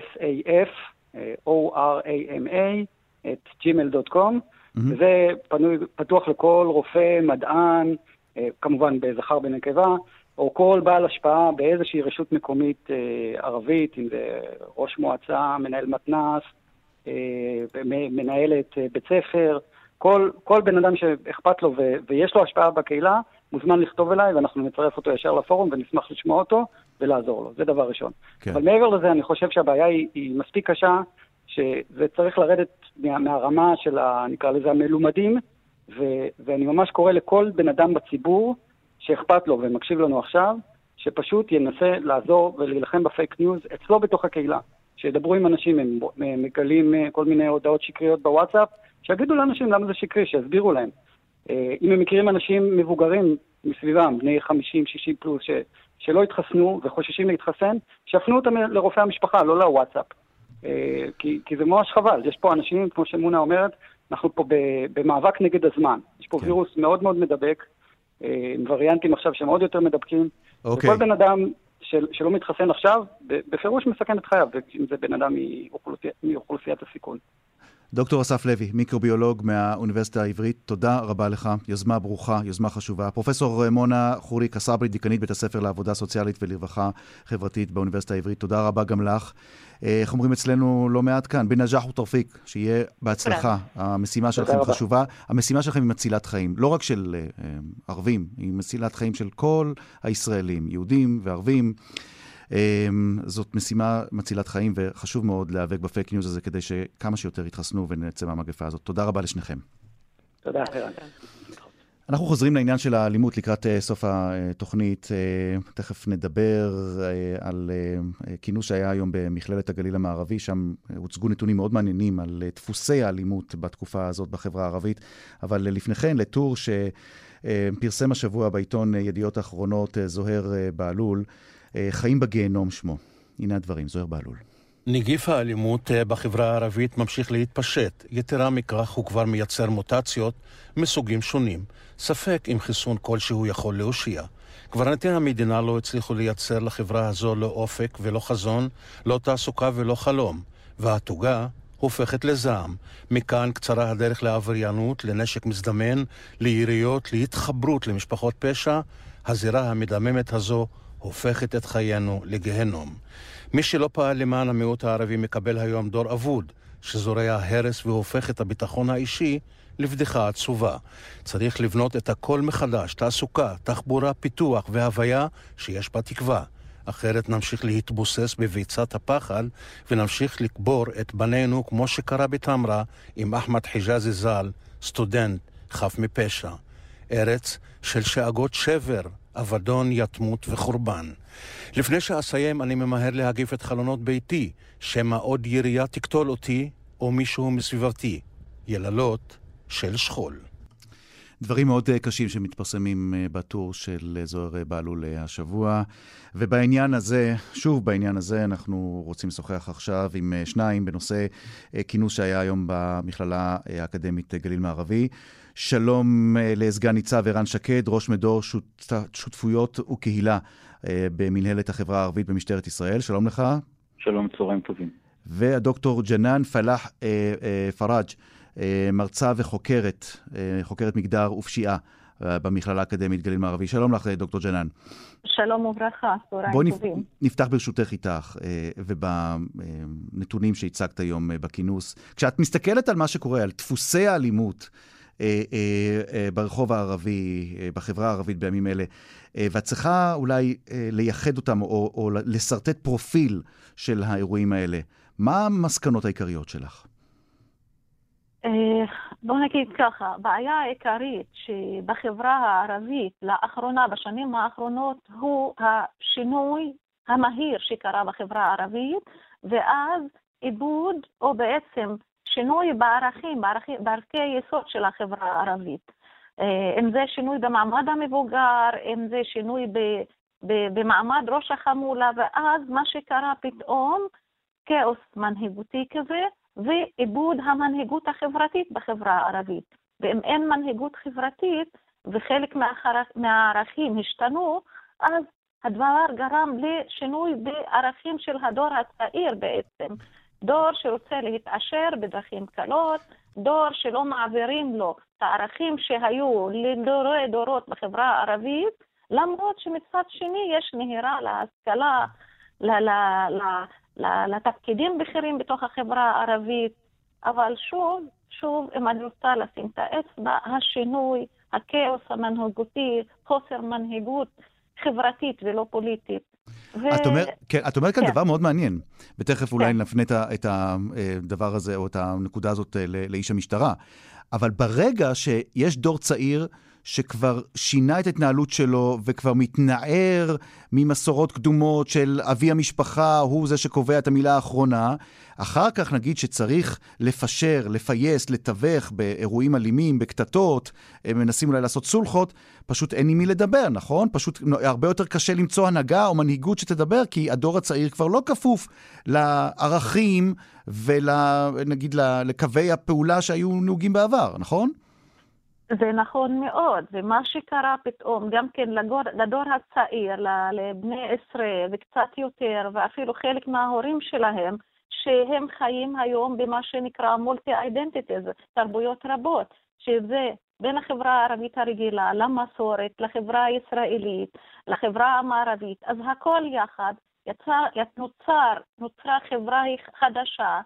H: asaf.orama@gmail.com, וזה פתוח לכל רופא, מדען, כמובן בזכר בנקבה, או כל בעל השפעה באיזושהי רשות מקומית ערבית, אם זה ראש מועצה, מנהל מתנ"ס, מנהלת בית ספר, כל בן אדם שאכפת לו ויש לו השפעה בקהילה, מוזמן לכתוב אליי, ואנחנו נצרף אותו ישר לפורום ונשמח לשמוע אותו ולעזור לו. זה דבר ראשון. כן. אבל מעבר לזה, אני חושב שהבעיה היא מספיק קשה, שזה צריך לרדת מהרמה של, נקרא לזה, המלומדים, ואני ממש קורא לכל בן אדם בציבור שאכפת לו ומקשיב לנו עכשיו, שפשוט ינסה לעזור ולהילחם בפייק ניוז אצלו בתוך הקהילה. שידברו עם אנשים, הם מגלים כל מיני הודעות שקריות בוואטסאפ, שיגידו לאנשים למה זה שקרי, שיסבירו להם. אם הם מכירים אנשים מבוגרים מסביבם, בני 50, 60 פלוס, שלא התחסנו וחוששים להתחסן, שיפנו אותם לרופאי המשפחה, לא לוואטסאפ. כי זה ממש חבל. יש פה אנשים, כמו שמונה אומרת, אנחנו פה במאבק נגד הזמן. יש פה וירוס מאוד מאוד מדבק, עם וריאנטים עכשיו שהם עוד יותר מדבקים. וכל בן אדם שלא מתחסן עכשיו, בפירוש מסכן את חייו, אם זה בן אדם מאוכלוסיית הסיכון.
D: דוקטור אסף לוי, מיקרוביולוג מהאוניברסיטה העברית, תודה רבה לך, יוזמה ברוכה, יוזמה חשובה. פרופסור מונה חורי קסברי, דיקנית בית הספר לעבודה סוציאלית ולרווחה חברתית באוניברסיטה העברית, תודה רבה גם לך. איך אומרים אצלנו לא מעט כאן, בנג'ח ותרפיק, שיהיה בהצלחה. המשימה שלכם חשובה, המשימה שלכם היא מצילת חיים, לא רק של ערבים, היא מצילת חיים של כל הישראלים, יהודים וערבים. זאת משימה מצילת חיים, וחשוב מאוד להיאבק בפייק ניוז הזה כדי שכמה שיותר יתחסנו ונצא מהמגפה הזאת. תודה רבה לשניכם.
H: תודה.
D: אנחנו חוזרים לעניין של האלימות לקראת סוף התוכנית. תכף נדבר על כינוס שהיה היום במכללת הגליל המערבי, שם הוצגו נתונים מאוד מעניינים על דפוסי האלימות בתקופה הזאת בחברה הערבית, אבל לפניכן לטור שפרסם השבוע בעיתון ידיעות האחרונות זוהר בעלול, חיים בגיהנום שמו. הנה הדברים, זוהר בעלול.
J: נגיף האלימות בחברה הערבית ממשיך להתפשט. יתרה מכך הוא כבר מייצר מוטציות מסוגים שונים. ספק אם חיסון כלשהו יכול להושיע. קברניטי המדינה לא הצליחו לייצר לחברה הזו לא אופק ולא חזון, לא תעסוקה ולא חלום. והתוגה הופכת לזעם. מכאן קצרה הדרך לעבריינות, לנשק מזדמן, ליריות, להתחברות למשפחות פשע. הזירה המדממת הזו הופכת את חיינו לגיהנום. מי שלא פעל למען המיעוט הערבי מקבל היום דור אבוד, שזורע הרס והופך את הביטחון האישי לבדיחה עצובה. צריך לבנות את הכל מחדש, תעסוקה, תחבורה, פיתוח והוויה שיש בה תקווה. אחרת נמשיך להתבוסס בביצת הפחד ונמשיך לקבור את בנינו כמו שקרה בתמרה עם אחמד חיג'אזי ז"ל, סטודנט חף מפשע. ארץ של שאגות שבר, אבדון, יתמות וחורבן. לפני שאסיים אני ממהר להגיף את חלונות ביתי, שמא עוד ירייה תקטול אותי או מישהו מסביבתי. יללות של שכול.
D: דברים מאוד קשים שמתפרסמים בטור של זוהר בעלול השבוע, ובעניין הזה, שוב בעניין הזה, אנחנו רוצים לשוחח עכשיו עם שניים בנושא כינוס שהיה היום במכללה האקדמית גליל מערבי. שלום לסגן ניצב ערן שקד, ראש מדור שותפויות וקהילה במנהלת החברה הערבית במשטרת ישראל. שלום לך.
K: שלום, צהריים טובים.
D: והדוקטור ג'נאן פלאח פראג', מרצה וחוקרת, חוקרת מגדר ופשיעה במכללה האקדמית גליל מערבי. שלום לך, דוקטור ג'נאן.
L: שלום וברכה, צהריים טובים. בוא
D: נפתח ברשותך איתך ובנתונים שהצגת היום בכינוס. כשאת מסתכלת על מה שקורה, על דפוסי האלימות ברחוב הערבי, בחברה הערבית בימים אלה, ואת צריכה אולי לייחד אותם או לסרטט פרופיל של האירועים האלה. מה המסקנות העיקריות שלך?
L: בוא נגיד ככה, בעיה העיקרית שבחברה הערבית לאחרונה, בשנים האחרונות, הוא השינוי המהיר שקרה בחברה הערבית, ואז איבוד או בעצם שינוי בערכי יסוד של החברה הערבית. אם זה שינוי במעמד המבוגר, אם זה שינוי במעמד ראש החמולה, ואז מה שקרה פתאום, כאוס מנהיגותי כזה, ואיבוד המנהיגות החברתית בחברה הערבית. ואם אין מנהיגות חברתית, וחלק מהערכים השתנו, אז הדבר גרם לשינוי בערכים של הדור הצעיר בעצם. דור שרוצה להתעשר בדרכים קלות, דור שלא מעבירים לו את הערכים שהיו לדורי דורות בחברה הערבית, למרות שמצד שני יש נהירה להשכלה, לתפקידים בכירים בתוך החברה הערבית. אבל שוב, אם אני רוצה לשים את האצבע, השינוי, הכאוס המנהיגותי, חוסר מנהיגות חברתית ולא פוליטית.
D: את אומרת כאן דבר מאוד מעניין, ותכף אולי נפנה את הדבר הזה או את הנקודה הזאת לאיש המשטרה. אבל ברגע שיש דור צעיר שכבר שינה את התנהלות שלו וכבר מתנער ממסורות קדומות של אבי המשפחה, הוא זה שקובע את המילה האחרונה, אחר כך נגיד שצריך לפשר, לפייס, לתווך באירועים אלימים, בקטטות, מנסים אולי לעשות סולחות, פשוט אין עם מי לדבר, נכון? פשוט הרבה יותר קשה למצוא הנהגה או מנהיגות שתדבר, כי הדור הצעיר כבר לא כפוף לערכים ונגיד לקווי הפעולה שהיו נהוגים בעבר, נכון?
L: זה נכון מאוד, ומה שקרה פתאום גם כן לדור הצעיר, לבני 10 וקצת יותר, ואפילו חלק מההורים שלהם, שהם חיים היום במה שנקרא מולטי-אידנטיטיז, תרבויות רבות, שזה בין החברה הערבית הרגילה, למסורת, לחברה הישראלית, לחברה המערבית. אז הכל יחד נוצרה חברה חדשה,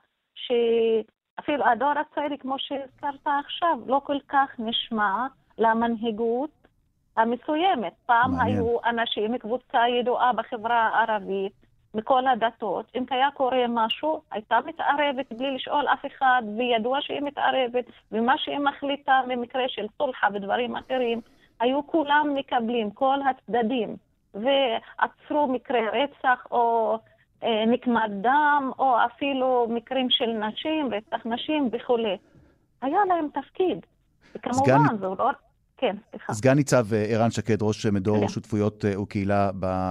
L: שאפילו הדור הצעיר, כמו שהזכרת עכשיו, לא כל כך נשמע למנהיגות המסוימת. פעם היו אנשים, קבוצה ידועה בחברה הערבית, מכל הדתות, אם היה קורה משהו, הייתה מתערבת בלי לשאול אף אחד, וידוע שהיא מתערבת, ומה שהיא מחליטה במקרה של סולחה ודברים אחרים, היו כולם מקבלים, כל הצדדים, ועצרו מקרי רצח או נקמת דם, או אפילו מקרים של נשים, רצח נשים וכו'. היה להם תפקיד. וכמובן, זה לא... כן, סליחה.
D: סגן ניצב ערן שקד, ראש מדור שותפויות וקהילה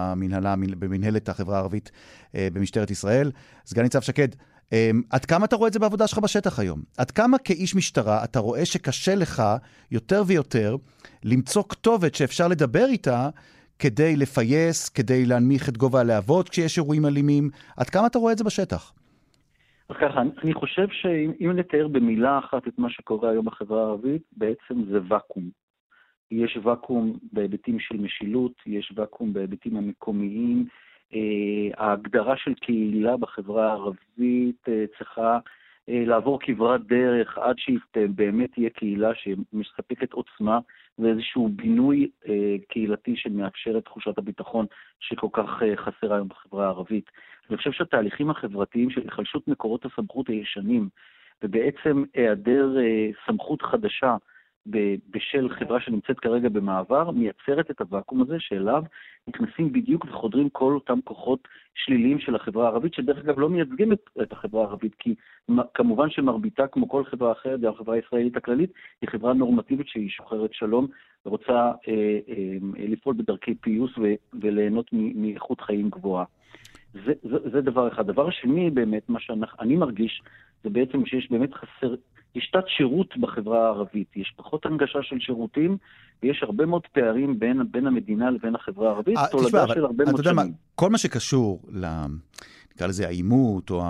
D: במנהלת החברה הערבית במשטרת ישראל. סגן ניצב שקד, עד כמה אתה רואה את זה בעבודה שלך בשטח היום? עד כמה כאיש משטרה אתה רואה שקשה לך יותר ויותר למצוא כתובת שאפשר לדבר איתה כדי לפייס, כדי להנמיך את גובה הלהבות כשיש אירועים אלימים? עד כמה אתה רואה את זה בשטח?
K: אז ככה, אני חושב שאם נתאר במילה אחת את מה שקורה היום בחברה הערבית, בעצם זה וקום. יש וקום בהיבטים של משילות, יש וקום בהיבטים המקומיים. ההגדרה של קהילה בחברה הערבית צריכה לעבור כברת דרך עד שהיא באמת תהיה קהילה שמספקת עוצמה ואיזשהו בינוי קהילתי שמאפשר את תחושת הביטחון שכל כך חסרה היום בחברה הערבית. אני חושב שהתהליכים החברתיים של החלשות מקורות הסמכות הישנים ובעצם היעדר סמכות חדשה בשל חברה שנמצאת כרגע במעבר, מייצרת את הוואקום הזה שאליו נכנסים בדיוק וחודרים כל אותם כוחות שליליים של החברה הערבית, שדרך אגב לא מייצגים את החברה הערבית, כי כמובן שמרביתה, כמו כל חברה אחרת, גם החברה הישראלית הכללית, היא חברה נורמטיבית שהיא שוחרת שלום, ורוצה לפעול בדרכי פיוס וליהנות מאיכות חיים גבוהה. זה דבר אחד. דבר שני, באמת, מה שאני מרגיש, זה בעצם שיש באמת חסר, יש תת שירות בחברה הערבית, יש פחות הנגשה של שירותים, ויש הרבה מאוד פערים בין המדינה לבין החברה הערבית, תולדה של הרבה מאוד שנים.
D: כל מה שקשור נקרא לזה העימות, או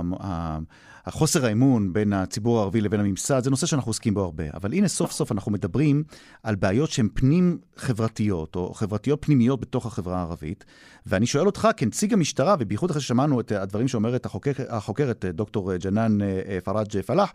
D: החוסר האמון בין הציבור הערבי לבין הממסד, זה נושא שאנחנו עוסקים בו הרבה. אבל הנה סוף סוף אנחנו מדברים על בעיות שהן פנים חברתיות, או חברתיות פנימיות בתוך החברה הערבית, ואני שואל אותך, כנציג המשטרה, ובייחוד אחרי ששמענו את הדברים שאומרת החוקרת דוקטור ג'נן פראג' פלח,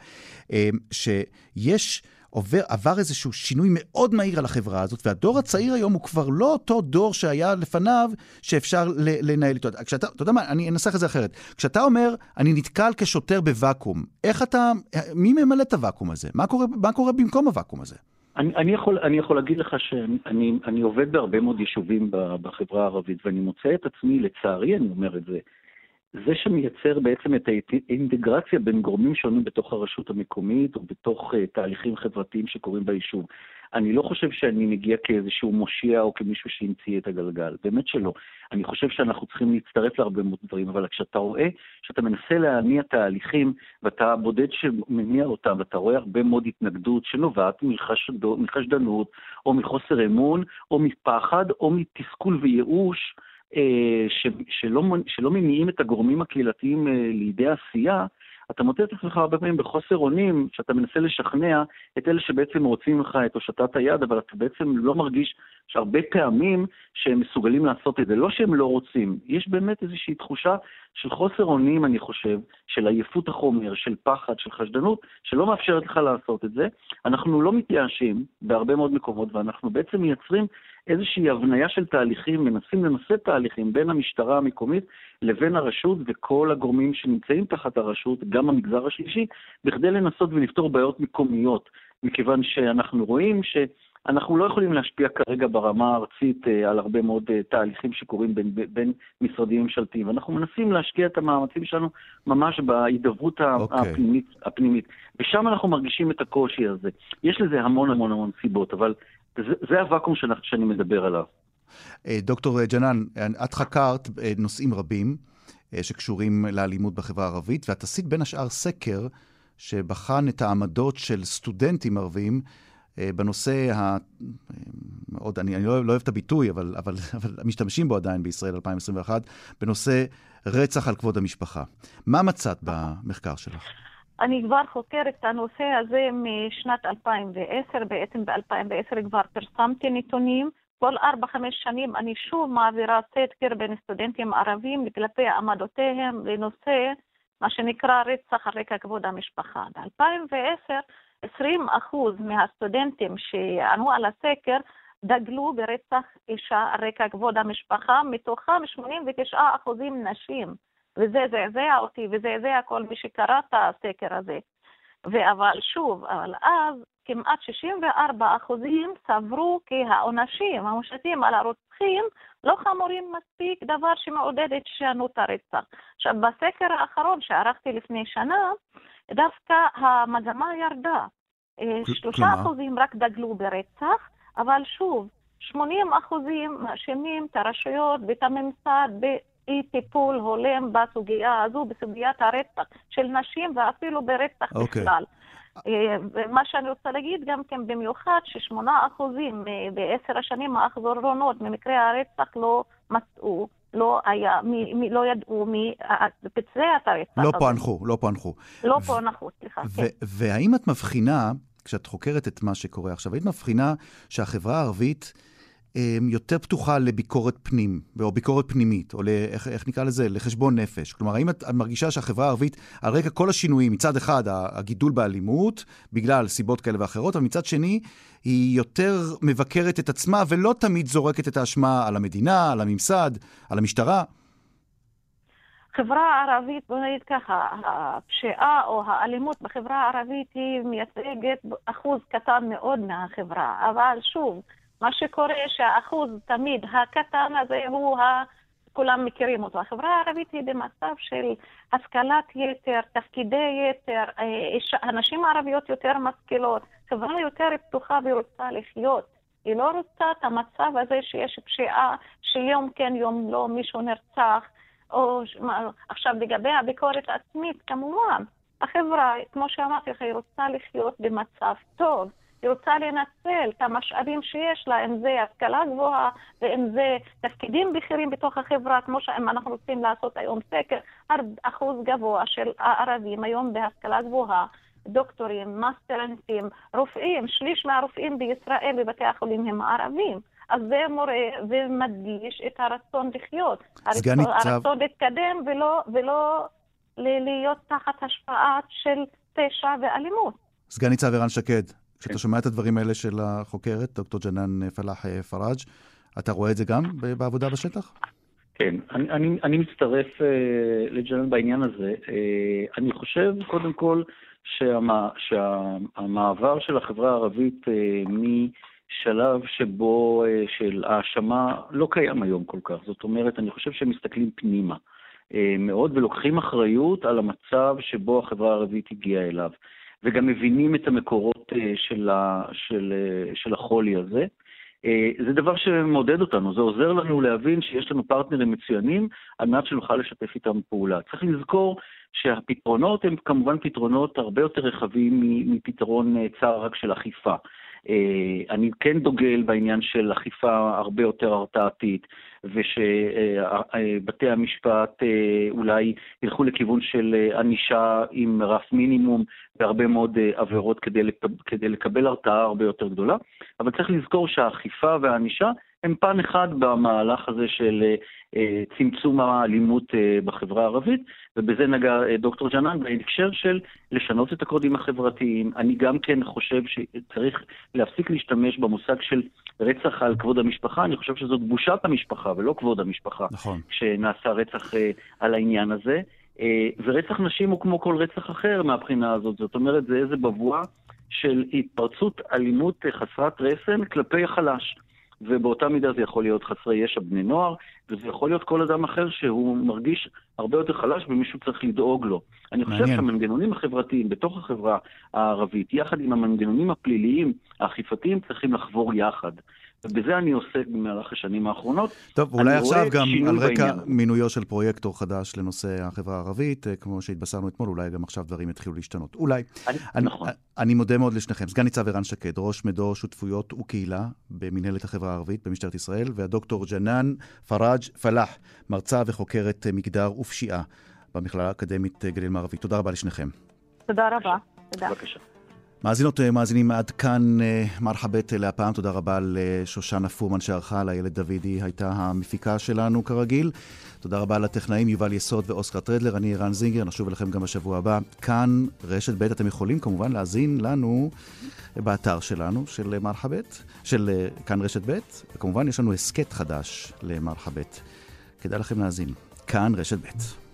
D: שיש עבר איזשהו שינוי מאוד מהיר על החברה הזאת, והדור הצעיר היום הוא כבר לא אותו דור שהיה לפניו שאפשר לנהל איתו. אתה יודע מה, אני אנסח את זה אחרת. כשאתה אומר, אני נתקל כשוטר בוואקום, מי ממלא את הוואקום הזה? מה קורה במקום הוואקום הזה?
K: אני יכול להגיד לך שאני עובד בהרבה מאוד יישובים בחברה הערבית, ואני מוצא את עצמי, לצערי אני אומר את זה, זה שמייצר בעצם את האינטגרציה בין גורמים שונים בתוך הרשות המקומית או בתוך תהליכים חברתיים שקורים ביישוב. אני לא חושב שאני מגיע כאיזשהו מושיע או כמישהו שהמציא את הגלגל. באמת שלא. אני חושב שאנחנו צריכים להצטרף להרבה מאוד דברים, אבל כשאתה רואה שאתה מנסה להניע תהליכים ואתה בודד שמניע אותם ואתה רואה הרבה מאוד התנגדות שנובעת מחשדנות או מחוסר אמון או מפחד או מתסכול וייאוש, שלא מניעים את הגורמים הקהילתיים לידי עשייה, אתה מוצא את עצמך הרבה פעמים בחוסר אונים, שאתה מנסה לשכנע את אלה שבעצם רוצים לך את הושטת היד, אבל אתה בעצם לא מרגיש שהרבה פעמים שהם מסוגלים לעשות את זה. לא שהם לא רוצים, יש באמת איזושהי תחושה של חוסר אונים, אני חושב, של עייפות החומר, של פחד, של חשדנות, שלא מאפשרת לך לעשות את זה. אנחנו לא מתייאשים בהרבה מאוד מקומות, ואנחנו בעצם מייצרים איזושהי הבניה של תהליכים, מנסים לנסות תהליכים בין המשטרה המקומית לבין הרשות וכל הגורמים שנמצאים תחת הרשות, גם המגזר השלישי, בכדי לנסות ולפתור בעיות מקומיות, מכיוון שאנחנו רואים שאנחנו לא יכולים להשפיע כרגע ברמה הארצית על הרבה מאוד תהליכים שקורים בין משרדים ממשלתיים, ואנחנו מנסים להשקיע את המאמצים שלנו ממש בהידברות הפנימית, ושם אנחנו מרגישים את הקושי הזה. יש לזה המון המון המון סיבות, אבל זה הוואקום שאני מדבר עליו.
D: דוקטור ג'נן, את חקרת נושאים רבים שקשורים לאלימות בחברה הערבית, ואת עשית בין השאר סקר שבחן את העמדות של סטודנטים ערבים בנושא אני לא אוהב את הביטוי, אבל משתמשים בו עדיין בישראל 2021, בנושא רצח על כבוד המשפחה. מה מצאת במחקר שלך?
L: אני כבר חוקרת את הנושא הזה משנת 2010, בעצם ב-2010 כבר פרסמתי נתונים. כל 4-5 שנים אני שוב מעבירה סקר בין סטודנטים ערבים כלפי עמדותיהם לנושא מה שנקרא רצח על רקע כבוד המשפחה. ב-2010 20% מהסטודנטים שענו על הסקר דגלו ברצח אישה על רקע כבוד המשפחה, מתוכם 89% נשים. וזה זעזע אותי, וזה זעזע כל מי שקרא את הסקר הזה. אבל שוב, אז כמעט 64% סברו כי העונשים המושתים על הרוצחים לא חמורים מספיק, דבר שמעודד את הישנות הרצח. עכשיו, בסקר האחרון שערכתי לפני שנה, דווקא המגמה ירדה. 3% רק דגלו ברצח, אבל שוב, 80% מאשימים את הרשויות ואת הממסד באי טיפול הולם בסוגיה הזו, בסוגיית הרצח של נשים ואפילו ברצח בכלל. מה שאני רוצה להגיד גם כן במיוחד ש8% ב10 השנים האחרונות ממקרי הרצח לא מצאו, לא ידעו מפצע הרצח.
D: לא פוענחו.
L: סליחה.
D: והאם את מבחינה, כשאת חוקרת את מה שקורה עכשיו, היית מבחינה שהחברה הערבית יותר פתוחה לביקורת פנים, או ביקורת פנימית, או איך נקרא לזה? לחשבון נפש. כלומר, האם את מרגישה שהחברה הערבית, על רקע כל השינויים, מצד אחד הגידול באלימות, בגלל סיבות כאלה ואחרות, אבל מצד שני, היא יותר מבקרת את עצמה, ולא תמיד זורקת את האשמה על המדינה, על הממסד, על המשטרה?
L: חברה הערבית, בוא נגיד ככה, הפשיעה או האלימות בחברה הערבית היא מייצגת אחוז קטן מאוד מהחברה, אבל שוב, מה שקורה שהאחוז תמיד הקטן הזה הוא כולם מכירים אותו. החברה הערבית היא במצב של השכלת יתר, תפקידי יתר, הנשים הערביות יותר משכילות, חברה יותר פתוחה ורוצה לחיות. היא לא רוצה את המצב הזה שיש פשיעה שיום כן יום לא מישהו נרצח. עכשיו לגבי הביקורת העצמית, כמובן, החברה, כמו שאמרתי לך, היא רוצה לחיות במצב טוב. היא רוצה לנצל את המשאבים שיש לה, אם זה השכלה גבוהה, ואם זה תפקידים בכירים בתוך החברה, כמו שאם אנחנו רוצים לעשות היום סקר, אחוז גבוה של הערבים היום בהשכלה גבוהה, דוקטורים, מאסטרנטים, רופאים, שליש מהרופאים בישראל בבתי החולים הם ערבים. אז זה מורה ומדגיש את הרצון לחיות, הרצון להתקדם ולא להיות תחת השפעה של פשע ואלימות.
D: סגן ניצב ערן שקד, כשאתה שומע את הדברים האלה של החוקרת, דוקטור ג'נן פלאח פראג', אתה רואה את זה גם בעבודה בשטח?
K: כן, אני מצטרף לג'נן בעניין הזה. אני חושב קודם כל שהמעבר של החברה הערבית משלב שבו של האשמה לא קיים היום כל כך. זאת אומרת, אני חושב שהם מסתכלים פנימה מאוד ולוקחים אחריות על המצב שבו החברה הערבית הגיעה אליו. וגם מבינים את המקורות של החולי הזה. זה דבר שמעודד אותנו, זה עוזר לנו להבין שיש לנו פרטנרים מצוינים, על מנת שנוכל לשתף איתם פעולה. צריך לזכור שהפתרונות הם כמובן פתרונות הרבה יותר רחבים מפתרון צר רק של אכיפה. אני כן דוגל בעניין של אכיפה הרבה יותר הרתעתית, ושבתי המשפט אולי ילכו לכיוון של ענישה עם רף מינימום בהרבה מאוד עבירות כדי לקבל הרתעה הרבה יותר גדולה. אבל צריך לזכור שהאכיפה והענישה הם פן אחד במהלך הזה של צמצום האלימות בחברה הערבית, ובזה נגע דוקטור ג'נן בהקשר של לשנות את הקודים החברתיים. אני גם כן חושב שצריך להפסיק להשתמש במושג של רצח על כבוד המשפחה. אני חושב שזאת בושת המשפחה ולא כבוד המשפחה.
D: נכון.
K: שנעשה רצח על העניין הזה. ורצח נשים הוא כמו כל רצח אחר מהבחינה הזאת. זאת אומרת, זה איזה בבואה של התפרצות אלימות חסרת רסן כלפי החלש. ובאותה מידה זה יכול להיות חסרי ישע בני נוער, וזה יכול להיות כל אדם אחר שהוא מרגיש הרבה יותר חלש ומישהו צריך לדאוג לו. אני חושב שהמנגנונים החברתיים בתוך החברה הערבית, יחד עם המנגנונים הפליליים, האכיפתיים, צריכים לחבור יחד. ובזה אני עוסק במהלך השנים האחרונות.
D: טוב, אולי עכשיו גם על רקע מינויו של פרויקטור חדש לנושא החברה הערבית, כמו שהתבשרנו אתמול, אולי גם עכשיו דברים יתחילו להשתנות. אולי.
K: נכון.
D: אני מודה מאוד לשניכם. סגן ניצב ערן שקד, ראש מדור שותפויות וקהילה במנהלת החברה הערבית במשטרת ישראל, והדוקטור ג'נן פראג' פלח, מרצה וחוקרת מגדר ופשיעה במכללה האקדמית גליל מערבי. תודה רבה לשניכם.
L: תודה רבה. תודה.
K: בבקשה.
D: מאזינות ומאזינים, עד כאן מרחבת להפעם. תודה רבה לשושנה פורמן שערכה, לילד דוידי הייתה המפיקה שלנו כרגיל. תודה רבה לטכנאים יובל יסוד ואוסקר טרדלר. אני ערן זינגר, נשוב אליכם גם בשבוע הבא. כאן רשת ב', אתם יכולים כמובן להאזין לנו באתר שלנו, של מרחבת, של כאן רשת ב', וכמובן יש לנו הסקט חדש למרחבת. כדאי לכם להאזין. כאן רשת ב'.